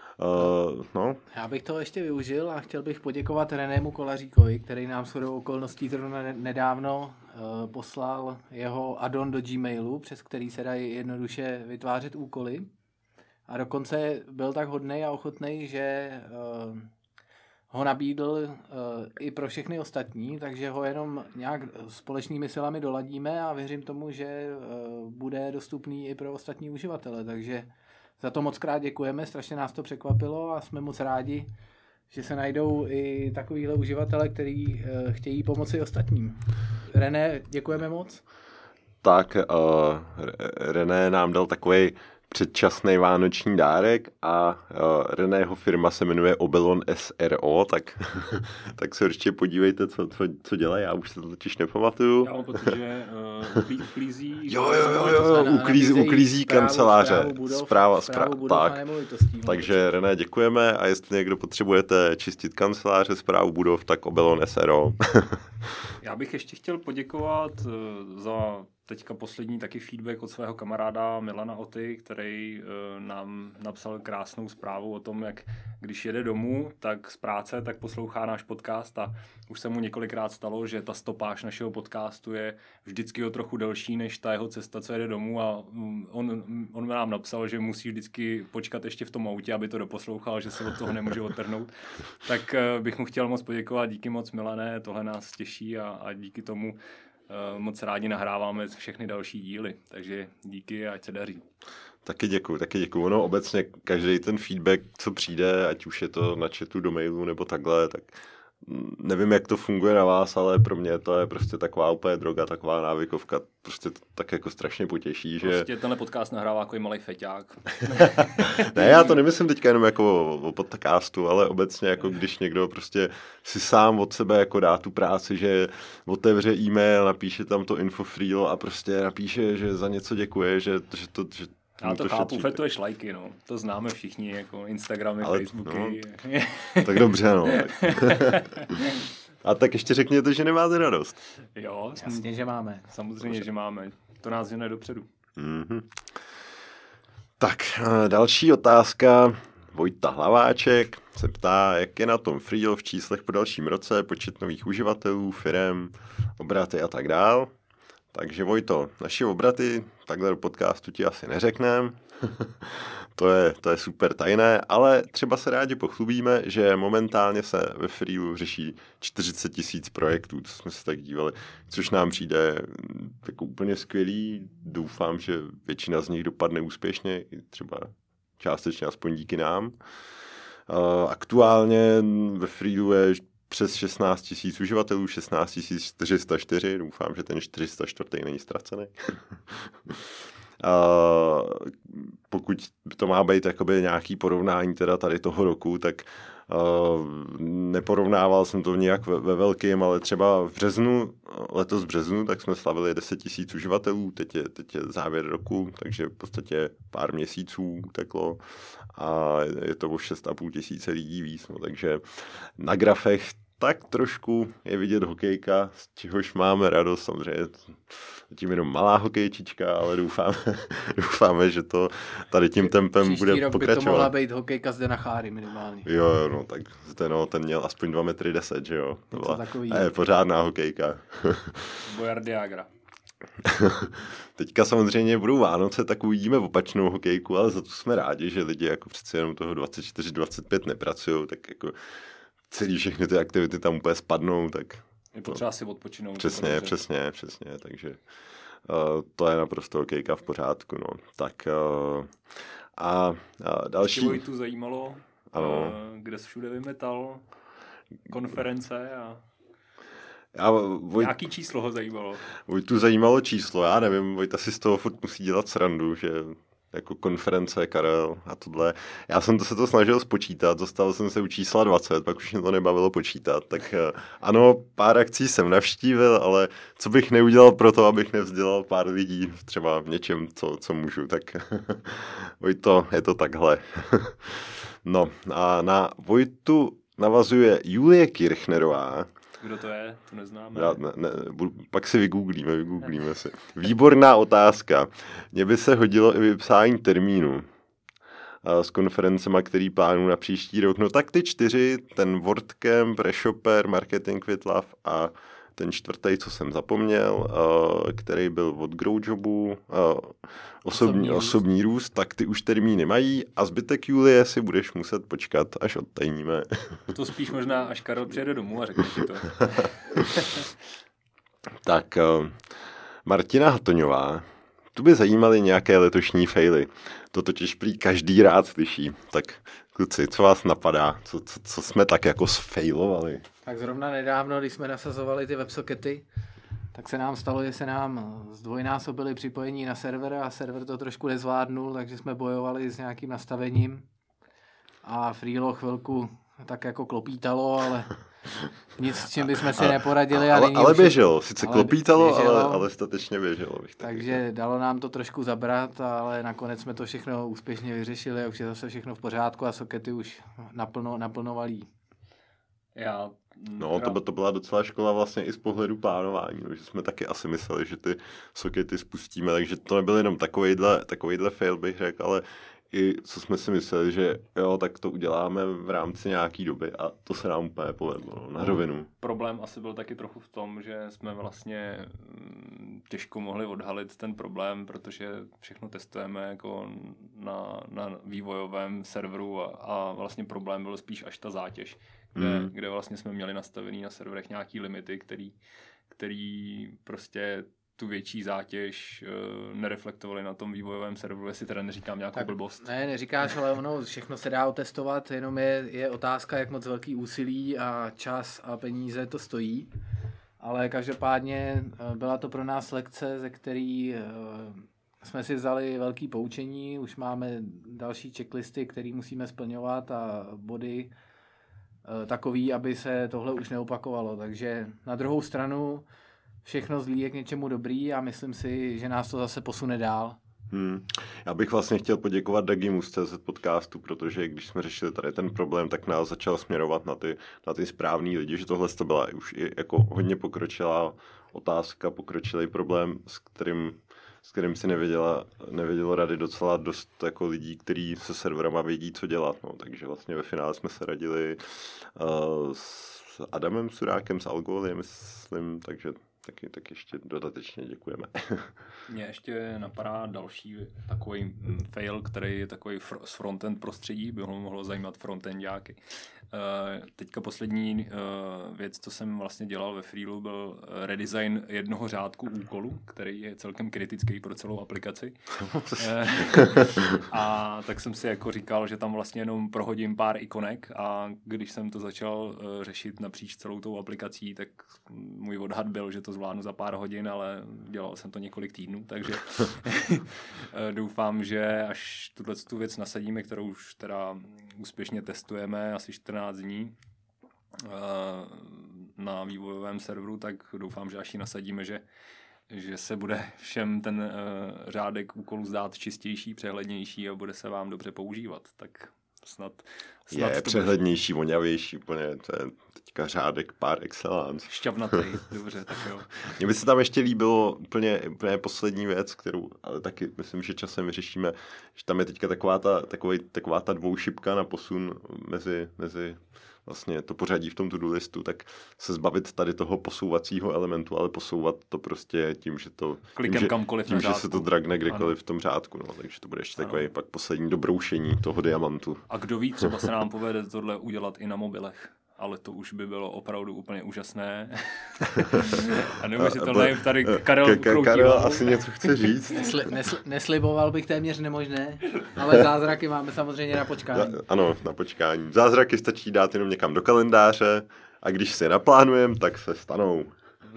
C: Uh, no.
A: Já bych to ještě využil a chtěl bych poděkovat Renému Kolaříkovi, který nám shodou okolností zrovna nedávno uh, poslal jeho add-on do Gmailu, přes který se dají jednoduše vytvářet úkoly. A dokonce byl tak hodnej a ochotnej, že uh, ho nabídl uh, i pro všechny ostatní, takže ho jenom nějak společnými silami doladíme a věřím tomu, že uh, bude dostupný i pro ostatní uživatele, takže za to moc krát děkujeme, strašně nás to překvapilo a jsme moc rádi, že se najdou i takovýhle uživatele, který uh, chtějí pomoci ostatním. René, děkujeme moc.
C: Tak, uh, René nám dal takovej předčasný vánoční dárek a uh, Reného firma se jmenuje Obelon S R O, tak, tak se určitě podívejte, co, co, co dělá, já už se to totiž nepamatuju.
B: Já mám pocit, že uh, uklízí...
C: jo, jo, jo, jo, jo uklízí, uklízí kanceláře. Správu budov, správa, správa,
A: budov
C: tak. Takže René, děkujeme a jestli někdo potřebujete čistit kanceláře, správu budov, tak Obelon S R O.
B: Já bych ještě chtěl poděkovat uh, za teďka poslední taky feedback od svého kamaráda Milana Oty, který uh, nám napsal krásnou zprávu o tom, jak když jede domů, tak z práce, tak poslouchá náš podcast a už se mu několikrát stalo, že ta stopáž našeho podcastu je vždycky o trochu delší než ta jeho cesta, co jede domů a on, on nám napsal, že musí vždycky počkat ještě v tom autě, aby to doposlouchal, že se od toho nemůže odtrhnout. Tak uh, bych mu chtěl moc poděkovat, díky moc Milané, tohle nás těší a, a díky tomu Uh, moc rádi nahráváme všechny další díly, takže díky a ať se daří.
C: Taky děkuju, taky děkuju. No obecně každý ten feedback, co přijde, ať už je to na chatu do mailu nebo takhle, tak nevím, jak to funguje na vás, ale pro mě to je prostě taková úplně droga, taková návykovka, prostě to tak jako strašně potěší, že...
B: Prostě tenhle podcast nahrává jako malej feťák.
C: Ne, já to nemyslím teďka jenom jako o podcastu, ale obecně jako když někdo prostě si sám od sebe jako dá tu práci, že otevře e-mail, napíše tam to infofreel a prostě napíše, že za něco děkuje, že, že to... Že
B: já to, to chápu, fetuješ lajky, no. To známe všichni, jako Instagramy, ale, Facebooky.
C: No, tak dobře, no. A tak ještě řekněte, že nemáte radost.
B: Jo.
A: Jasně, že máme.
B: Samozřejmě, že máme. To nás žene dopředu.
C: Mm-hmm. Tak, další otázka. Vojta Hlaváček se ptá, jak je na tom Freelo v číslech po dalším roce, počet nových uživatelů, firem, obraty a tak dál. Takže Vojto, naši obraty takhle do podcastu ti asi neřekneme, to, je, to je super tajné, ale třeba se rádi pochlubíme, že momentálně se ve Freelu řeší čtyřicet tisíc projektů, to jsme se tak dívali, což nám přijde jako úplně skvělý, doufám, že většina z nich dopadne úspěšně, třeba částečně aspoň díky nám. Aktuálně ve Freelu je přes šestnáct tisíc uživatelů, šestnáct tisíc čtyři sta čtyři, doufám, že ten čtyři sta čtyři není ztracený. Uh, pokud to má být jakoby nějaký porovnání teda tady toho roku, tak uh, neporovnával jsem to nějak ve, ve velkým, ale třeba v březnu, letos v březnu, tak jsme slavili deset tisíc uživatelů, teď je, teď je závěr roku, takže v podstatě pár měsíců uteklo a je to o šest a půl tisíce lidí víc, no, takže na grafech tak trošku je vidět hokejka, z čehož máme radost, samozřejmě tím jenom malá hokejčička, ale doufáme, doufáme, že to tady tím tempem
A: Příští
C: bude
A: rok
C: pokračovat.
A: by to mohla být hokejka z Dana Cháry minimálně.
C: Jo, jo, no, tak ten, ten měl aspoň dva metry deset, že jo. To byla je, pořádná hokejka.
B: Bojardiagra.
C: Teďka samozřejmě budou Vánoce, tak uvidíme opačnou hokejku, ale za to jsme rádi, že lidi jako přeci jenom toho dvacet čtyři dvacet pět nepracují, tak jako celý všechny ty aktivity tam úplně spadnou, tak...
B: Je potřeba si odpočinout.
C: Přesně, přesně, přesně, takže uh, to je naprosto hokejka v pořádku, no. Tak uh, a, a další...
B: Ještě Vojtu zajímalo,
C: ano.
B: Uh, kde jsi všude vymetal konference a...
C: Já, Vojt...
B: Nějaký číslo ho zajímalo.
C: Vojtu zajímalo číslo, já nevím, Vojta si z toho furt musí dělat srandu, že jako konference, Karel a tohle. Já jsem to se to snažil spočítat, dostal jsem se u čísla dvacet, pak už mě to nebavilo počítat. Tak ano, pár akcí jsem navštívil, ale co bych neudělal pro to, abych nevzdělal pár lidí třeba v něčem, co, co můžu, tak Vojto, je to takhle. No a na Vojtu navazuje Julie Kirchnerová.
B: Kdo to je? To neznáme.
C: Já, ne, ne, budu, pak si vygooglíme, vygooglíme si. Výborná otázka. Mně by se hodilo i vypsání termínu a s konferencema, který plánuju na příští rok. No tak ty čtyři, ten WordCamp, Reshopper, Marketing with Love a ten čtvrtý, co jsem zapomněl, který byl od Growjobu, osobní, osobní růst, tak ty už termíny mají a zbytek Julie si budeš muset počkat, až odtajníme.
B: To spíš možná, až Karel přijede domů a řekne ti to.
C: Tak, Martina Hatoňová, tu by zajímaly nějaké letošní faily. To totiž prý každý rád slyší. Tak kluci, co vás napadá? Co, co, co jsme tak jako sfailovali?
A: Tak zrovna nedávno, když jsme nasazovali ty websockety, tak se nám stalo, že se nám zdvojnásobili připojení na server a server to trošku nezvládnul, takže jsme bojovali s nějakým nastavením a Freelo chvilku tak jako klopítalo, ale nic, s čím bychom si neporadili. A
C: ale, ale
A: už...
C: běželo, sice
A: ale
C: klopítalo,
A: běželo,
C: ale, ale statečně běželo. Bych
A: takže
C: tak
A: dalo nám to trošku zabrat, ale nakonec jsme to všechno úspěšně vyřešili a už je zase všechno v pořádku a sockety už naplno, naplno valí.
B: Já
C: No, to, by, to byla docela škola vlastně i z pohledu plánování, že jsme taky asi mysleli, že ty sockety spustíme, takže to nebyl jenom takovejhle, takovejhle fail, bych řekl, ale i co jsme si mysleli, že jo, tak to uděláme v rámci nějaký doby a to se nám úplně povedlo, na rovinu.
B: Problém asi byl taky trochu v tom, že jsme vlastně těžko mohli odhalit ten problém, protože všechno testujeme jako na, na vývojovém serveru a, a vlastně problém byl spíš až ta zátěž, kde, mm. kde vlastně jsme měli nastavený na serverech nějaký limity, který, který prostě tu větší zátěž uh, nereflektovali na tom vývojovém serveru, jestli teda neříkám nějakou tak, blbost.
A: Ne, neříkáš, ale ono všechno se dá otestovat, jenom je, je otázka, jak moc velký úsilí a čas a peníze to stojí. Ale každopádně uh, byla to pro nás lekce, ze který uh, jsme si vzali velký poučení, už máme další checklisty, které musíme splňovat a body uh, takový, aby se tohle už neopakovalo. Takže na druhou stranu všechno zlý je k něčemu dobrý a myslím si, že nás to zase posune dál.
C: Hmm. Já bych vlastně chtěl poděkovat Dagimu z C Z podcastu, protože když jsme řešili tady ten problém, tak nás začal směrovat na ty, na ty správný lidi, že tohle to byla už i jako hodně pokročilá otázka, pokročilý problém, s kterým, s kterým si nevěděla, nevědělo rady docela dost jako lidí, kteří se serverama vědí, co dělat. No. Takže vlastně ve finále jsme se radili uh, s Adamem Surákem, s Algolie, myslím, takže Taky, tak ještě dodatečně děkujeme.
B: Mně ještě napadá další takový fail, který je takový fr- z frontend prostředí, by ho mohlo zajímat frontendáky. Teďka poslední věc, co jsem vlastně dělal ve Freelu, byl redesign jednoho řádku úkolu, který je celkem kritický pro celou aplikaci. A tak jsem si jako říkal, že tam vlastně jenom prohodím pár ikonek a když jsem to začal řešit napříč celou tou aplikací, tak můj odhad byl, že to zvládnu za pár hodin, ale dělal jsem to několik týdnů, takže doufám, že až tuhle tu věc nasadíme, kterou už teda úspěšně testujeme asi čtrnáct dní na vývojovém serveru, tak doufám, že až ji nasadíme, že, že se bude všem ten řádek úkolů zdát čistější, přehlednější a bude se vám dobře používat. Tak snad, snad
C: je přehlednější, bude... voňavější, úplně, to je teďka řádek par excellence.
B: Šťavnatý, dobře, tak jo.
C: Mně by se tam ještě líbilo úplně, úplně poslední věc, kterou ale taky myslím, že časem vyřešíme, že tam je teďka taková ta, takový, taková ta dvoušipka na posun mezi, mezi vlastně to pořadí v tom to-do listu, tak se zbavit tady toho posouvacího elementu, ale posouvat to prostě tím, že to
B: klikem
C: tím,
B: kamkoliv
C: tím,
B: na
C: že
B: řádku.
C: se to dragne kdekoliv
B: ano.
C: v tom řádku, no, takže to bude ještě takové pak poslední dobroušení toho diamantu.
B: A kdo ví, třeba se nám povede tohle udělat i na mobilech. Ale to už by bylo opravdu úplně úžasné. A neuvěřitelné, tady Karel kroutí.
C: Karel asi něco chce říct.
A: Nesli, nesli, nesliboval bych téměř nemožné, ale zázraky máme samozřejmě na počkání.
C: Ano, na počkání. Zázraky stačí dát jenom někam do kalendáře a když si naplánujeme, tak se stanou.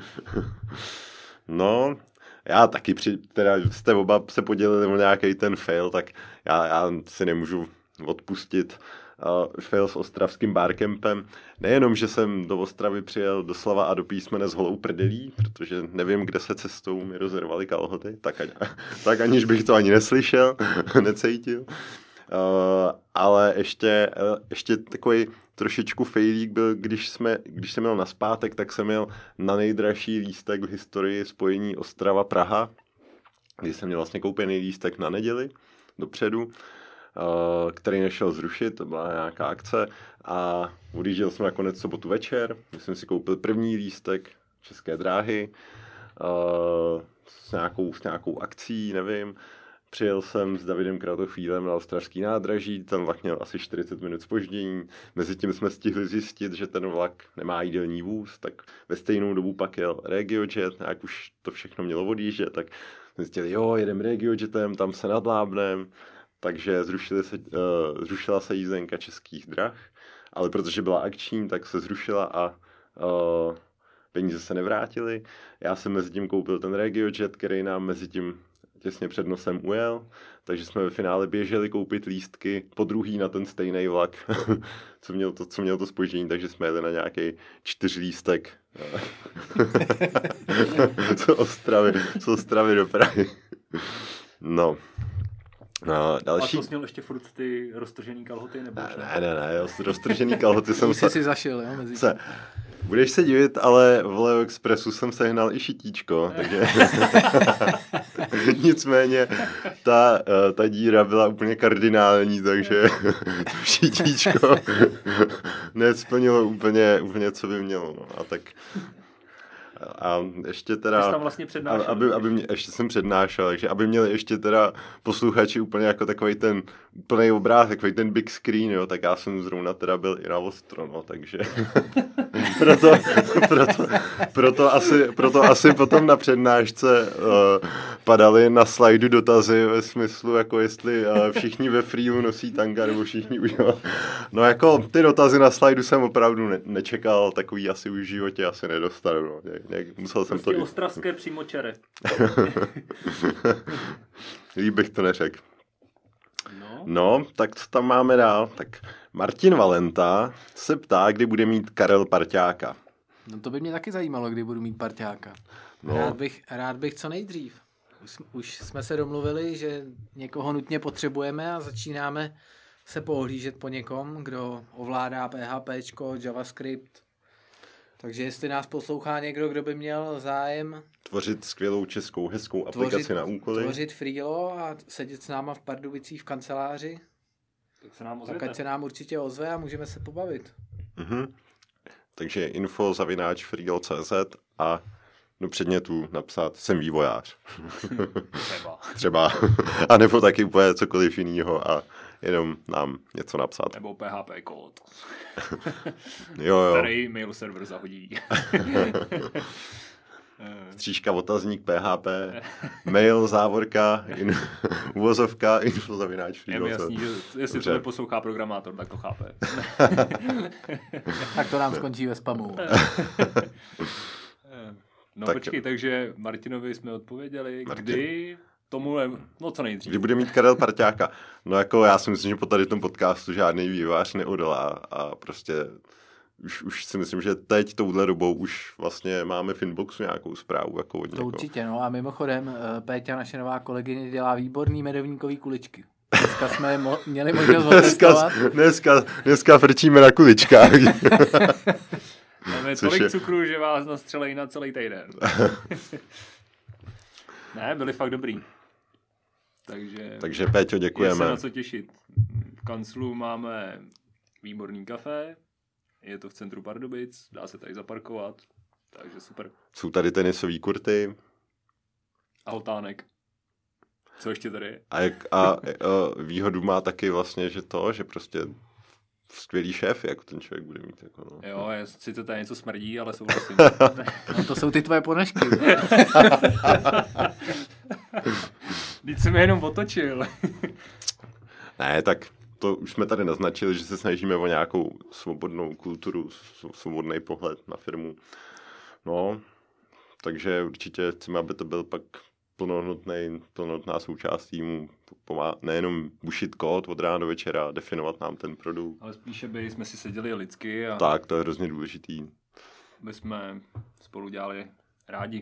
C: No, já taky, při, teda jste oba se podělili o nějaký ten fail, tak já, já si nemůžu odpustit Uh, fail s ostravským barcampem. Nejenom, že jsem do Ostravy přijel doslova a do písmene s holou prdelí, protože nevím, kde se cestou mi rozervaly kalhoty, tak, ani, tak aniž bych to ani neslyšel, necítil. Uh, ale ještě, uh, ještě takový trošičku failík byl, když, jsme, když jsem měl nazpátek, tak jsem měl na nejdražší lístek v historii spojení Ostrava-Praha, kdy jsem měl vlastně koupený lístek na neděli dopředu, který nešel zrušit, to byla nějaká akce a odjížděl jsem nakonec sobotu večer, když jsem si koupil první lístek České dráhy s nějakou, s nějakou akcí, nevím. Přijel jsem s Davidem Kratochvílem na ostravský nádraží, ten vlak měl asi čtyřicet minut zpoždění, mezitím jsme stihli zjistit, že ten vlak nemá jídelní vůz, tak ve stejnou dobu pak jel RegioJet, nějak už to všechno mělo odjíždět, tak jsme zjistili, jo, jedem RegioJetem, tam se nadlábnem. Takže zrušili se, uh, zrušila se jízdenka Českých drah, ale protože byla akční, tak se zrušila a uh, peníze se nevrátily. Já jsem mezi tím koupil ten RegioJet, který nám mezi tím těsně před nosem ujel, takže jsme ve finále běželi koupit lístky po druhý na ten stejný vlak, co měl to, co měl to zpoždění, takže jsme jeli na nějaký čtyřlístek z Ostravy, z Ostravy do Prahy. No. No, další...
B: A to směl ještě furt ty roztržený kalhoty? Nebo
C: ne, ne, ne, ne, roztržený kalhoty jsem
A: se... si zašil, jo, mezi
C: se... Budeš se divit, ale v Leo Expressu jsem sehnal i šitíčko, takže... Nicméně ta, ta díra byla úplně kardinální, takže to šitíčko nesplnilo úplně, úplně, co by mělo, no, a tak... A ještě teda,
B: tam vlastně přednášel,
C: aby, aby mě, ještě jsem přednášel, takže aby měli ještě teda posluchači úplně jako takový ten úplný obrázek, takový ten big screen, jo, tak já jsem zrovna teda byl i na ostro, no, takže proto, proto, proto, asi, proto asi potom na přednášce uh, padaly na slajdu dotazy ve smyslu, jako jestli uh, všichni ve Freelu nosí tanga, nebo všichni už, jo. No jako ty dotazy na slajdu jsem opravdu ne- nečekal, takový asi už v životě asi nedostanu, no. Jak musel jsem
B: prostě
C: to...
B: ostravské přímočare.
C: Líp bych to neřekl.
B: No.
C: no, tak co tam máme dál? Tak Martin Valenta se ptá, kdy bude mít Karel parťáka.
A: No to by mě taky zajímalo, kdy budu mít parťáka. No. Rád bych, rád bych co nejdřív. Už, už jsme se domluvili, že někoho nutně potřebujeme a začínáme se pohlížet po někom, kdo ovládá PHPčko, JavaScript. Takže jestli nás poslouchá někdo, kdo by měl zájem
C: tvořit skvělou českou hezkou aplikaci tvořit, na úkoly,
A: tvořit Freelo a sedět s náma v Pardubicích v kanceláři,
B: tak se nám
A: tak ať se nám určitě ozve a můžeme se pobavit.
C: Mm-hmm. Takže info zavináč freelo tečka cz a do předmětu napsat jsem vývojář.
B: Třeba.
C: Třeba. A nebo taky úplně cokoliv jinýho a jenom nám něco napsat.
B: Nebo P H P kód.
C: Jo, jo.
B: Starý mail server zahodí.
C: Střížka, otazník, P H P, mail, závorka, in, uvozovka, info zavináč.
B: Je mi jasný, že jestli to neposlouchá programátor, tak to chápe.
A: Tak to nám skončí ve spamu.
B: No
C: tak,
B: počkej, takže Martinovi jsme odpověděli, Martin. Kdy tomuhle, no co nejdřív.
C: Kdy bude mít Karel parťáka. No jako já si myslím, že po tady tom podcastu žádný vývojář neodolá a prostě už, už si myslím, že teď touhle dobou už vlastně máme v inboxu nějakou zprávu jako od
A: To
C: někoho.
A: určitě, no a mimochodem Péťa, naše nová kolegyně, dělá výborný medovníkový kuličky. Dneska jsme mo- měli možnost otestovat.
C: Dneska, dneska, dneska frčíme na kuličkách.
B: Máme tolik je... cukru, že vás nastřelejí na celý týden. Ne, byli fakt dobrý. Takže,
C: Takže Péťo, děkujeme.
B: Je se na co těšit. V kanclu máme výborný kafe, je to v centru Pardubic, dá se tady zaparkovat, takže super.
C: Jsou tady tenisový kurty.
B: A hotánek. Co ještě tady je?
C: A, jak, a, a výhodu má taky vlastně, že to, že prostě skvělý šéf, jako ten člověk bude mít. Jako no.
B: Jo, je, sice tady něco smrdí, ale souhlasím.
A: No to jsou ty tvoje ponožky.
C: Teď
B: jsem je jenom otočil.
C: Ne, tak to už jsme tady naznačili, že se snažíme o nějakou svobodnou kulturu, svobodný pohled na firmu. No, takže určitě chceme, aby to byl pak plnohodnotný, plnohodnotná součást týmu, pomá- nejenom bušit kód od rána do večera, definovat nám ten produkt.
B: Ale spíše by jsme si seděli lidsky a
C: tak, to je hrozně důležitý.
B: By jsme spolu dělali rádi.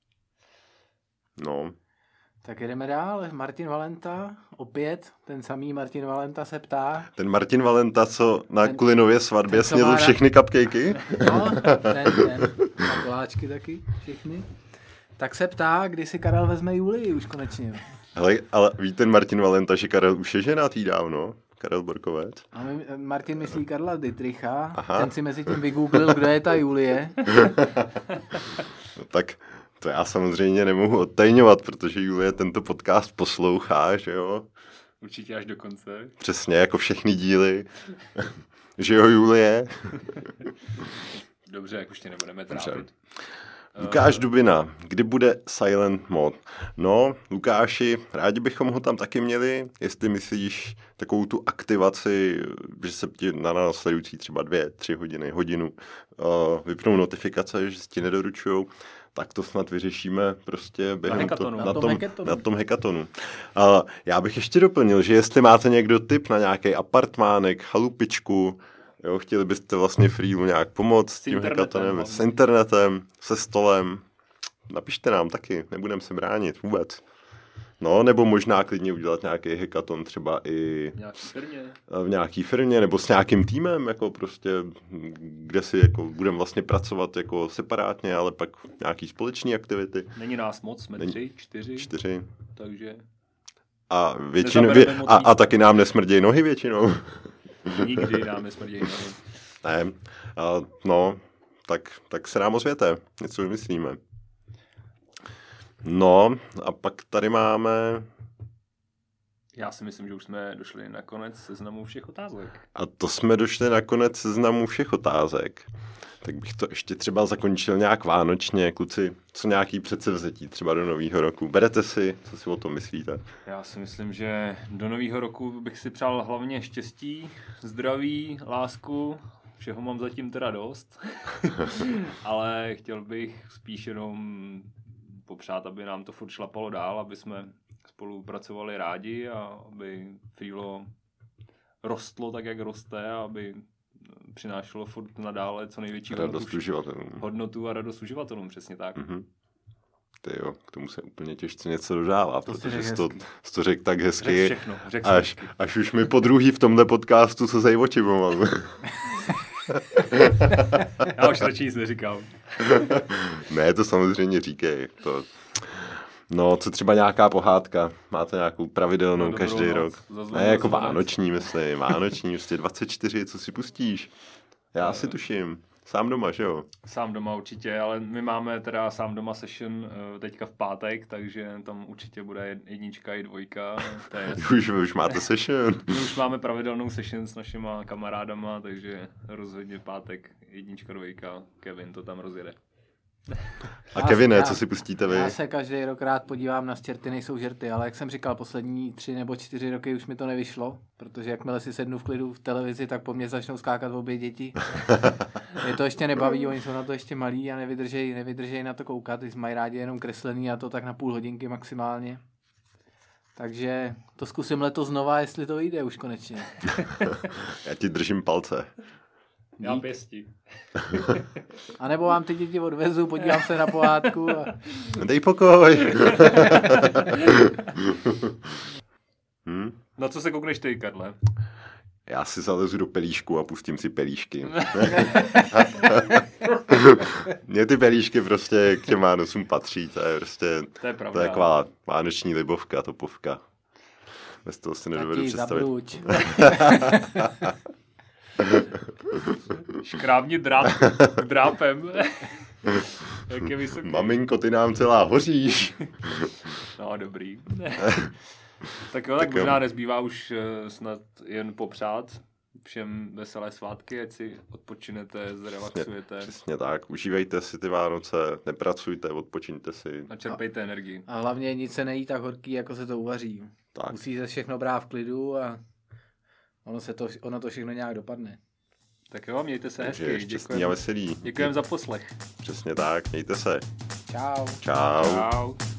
C: No.
A: Tak jdeme dál. Martin Valenta, opět ten samý Martin Valenta se ptá.
C: Ten Martin Valenta, co na ten, Kulinově svatbě
A: ten,
C: snědl všechny cupcakey?
A: No, ten, ten. A koláčky taky, všechny. Tak se ptá, kdy si Karel vezme Julii už konečně.
C: Hele, ale ví ten Martin Valenta, že Karel už je ženatý dávno? Karel Borkovec.
A: A my, Martin myslí Karla Dietricha. Aha. Ten si mezi tím vygooglil, kdo je ta Julie.
C: No, tak to já samozřejmě nemohu odtajňovat, protože Julie tento podcast poslouchá, že jo?
B: Určitě až do konce.
C: Přesně, jako všechny díly. Že jo, Julie?
B: Dobře, jak už tě nebudeme trápit.
C: Lukáš Dubina, kdy bude Silent Mod? No, Lukáši, rádi bychom ho tam taky měli, jestli myslíš takovou tu aktivaci, že se ti na následující třeba dvě, tři hodiny, hodinu uh, vypnou notifikace, že si ti nedoručujou, tak to snad vyřešíme prostě během
B: na,
C: to,
B: na,
C: na,
A: tom,
C: tom,
A: hekatonu.
C: na tom hekatonu. Uh, já bych ještě doplnil, že jestli máte někdo tip na nějaký apartmánek, chalupičku, jo, chtěli byste vlastně Freelu nějak pomoct s tím hekatonem, s internetem, se stolem, napište nám taky, nebudeme se bránit vůbec. No, nebo možná klidně udělat nějaký hekaton třeba i v nějaký firmě, nebo s nějakým týmem, jako prostě, kde si jako budeme vlastně pracovat jako separátně, ale pak nějaký společné aktivity.
B: Není nás moc, jsme Není, tři, čtyři.
C: Čtyři.
B: Takže...
C: A, většinu, vě, a, a taky nám nesmrdějí nohy většinou.
B: Nikdy nám nesmrdějí nohy.
C: Ne, a, no, tak, tak se nám ozvěte, něco vymyslíme. No, a pak tady máme...
B: Já si myslím, že už jsme došli na konec seznamu všech otázek.
C: A to jsme došli na konec seznamu všech otázek. Tak bych to ještě třeba zakončil nějak vánočně. Kluci, co nějaký předsevzetí třeba do nového roku? Berete si, co si o tom myslíte?
B: Já si myslím, že do nového roku bych si přál hlavně štěstí, zdraví, lásku. Všeho mám zatím teda dost. Ale chtěl bych spíš jenom popřát, aby nám to furt šlapalo dál, aby jsme spolupracovali rádi a aby Freelo rostlo tak, jak roste a aby přinášelo furt nadále co největší
C: radost
B: hodnotu, hodnotu a radost uživatelům, přesně tak.
C: Mm-hmm. Ty jo, k tomu se úplně těžce něco dodává,
A: to
C: protože jsi to, to řekl tak hezky,
B: řek všechno, řek
C: až,
B: hezky.
C: až už mi po druhý v tomhle podcastu se zej oči pomalu.
B: Já už radši nic neříkám.
C: Ne, to samozřejmě říkej. To... No, co třeba nějaká pohádka? Máte nějakou pravidelnou no, každý noc, rok? Ne, jako vánoční, myslím. Vánoční, prostě dvacet čtyři, co si pustíš? Já no, si tuším. Sám doma, že jo?
B: Sám doma určitě, ale my máme teda sám doma session teďka v pátek, takže tam určitě bude jednička i dvojka. To je...
C: už, už máte session.
B: My už máme pravidelnou session s našima kamarádama, takže rozhodně pátek jednička, dvojka, Kevin to tam rozjede.
C: A Kevine, co si pustíte vy?
A: Já se každý rok rád podívám na Stěrty nejsou žerty, ale jak jsem říkal, poslední tři nebo čtyři roky už mi to nevyšlo, protože jakmile si sednu v klidu v televizi, tak po mně začnou skákat obě děti. Mě to ještě nebaví, oni jsou na to ještě malí a nevydržejí nevydržej na to koukat, ty mají rádi jenom kreslený a to tak na půl hodinky maximálně. Takže to zkusím letos znova, jestli to vyjde už konečně.
C: Já ti držím palce.
B: Já pěstí.
A: A nebo vám ty děti odvezu, podívám se na pohádku. A...
C: Dej pokoj. hm?
B: Na co se koukneš ty, Karle?
C: Já si zalezu do pelíšku a pustím si pelíšky. Mně ty pelíšky prostě k těm Vánocům patří. To je prostě
B: to je pravda.
C: To je taková vánoční libovka, topovka. Bez toho si nedovedu
A: Tati,
C: představit.
A: Zabruč.
B: Škrábni drát drápem. Jak je vysoký.
C: Maminko, ty nám celá hoříš.
B: No, dobrý. Tak jo, tak, tak možná jo. Nezbývá už snad jen popřát všem veselé svátky, ať si odpočinete, zrelaxujete.
C: Přesně, přesně tak, užívejte si ty Vánoce, nepracujte, odpočiňte si.
B: A čerpejte a, energii.
A: A hlavně nic se nejí tak horký, jako se to uvaří.
C: Tak.
A: Musí se všechno brát v klidu a ono, se to, ono to všechno nějak dopadne.
B: Tak jo, mějte se
C: Takže
B: hezky.
C: Šťastný a veselý.
B: Děkujeme za poslech.
C: Přesně tak, mějte se.
A: Čau.
C: Čau.
B: Čau.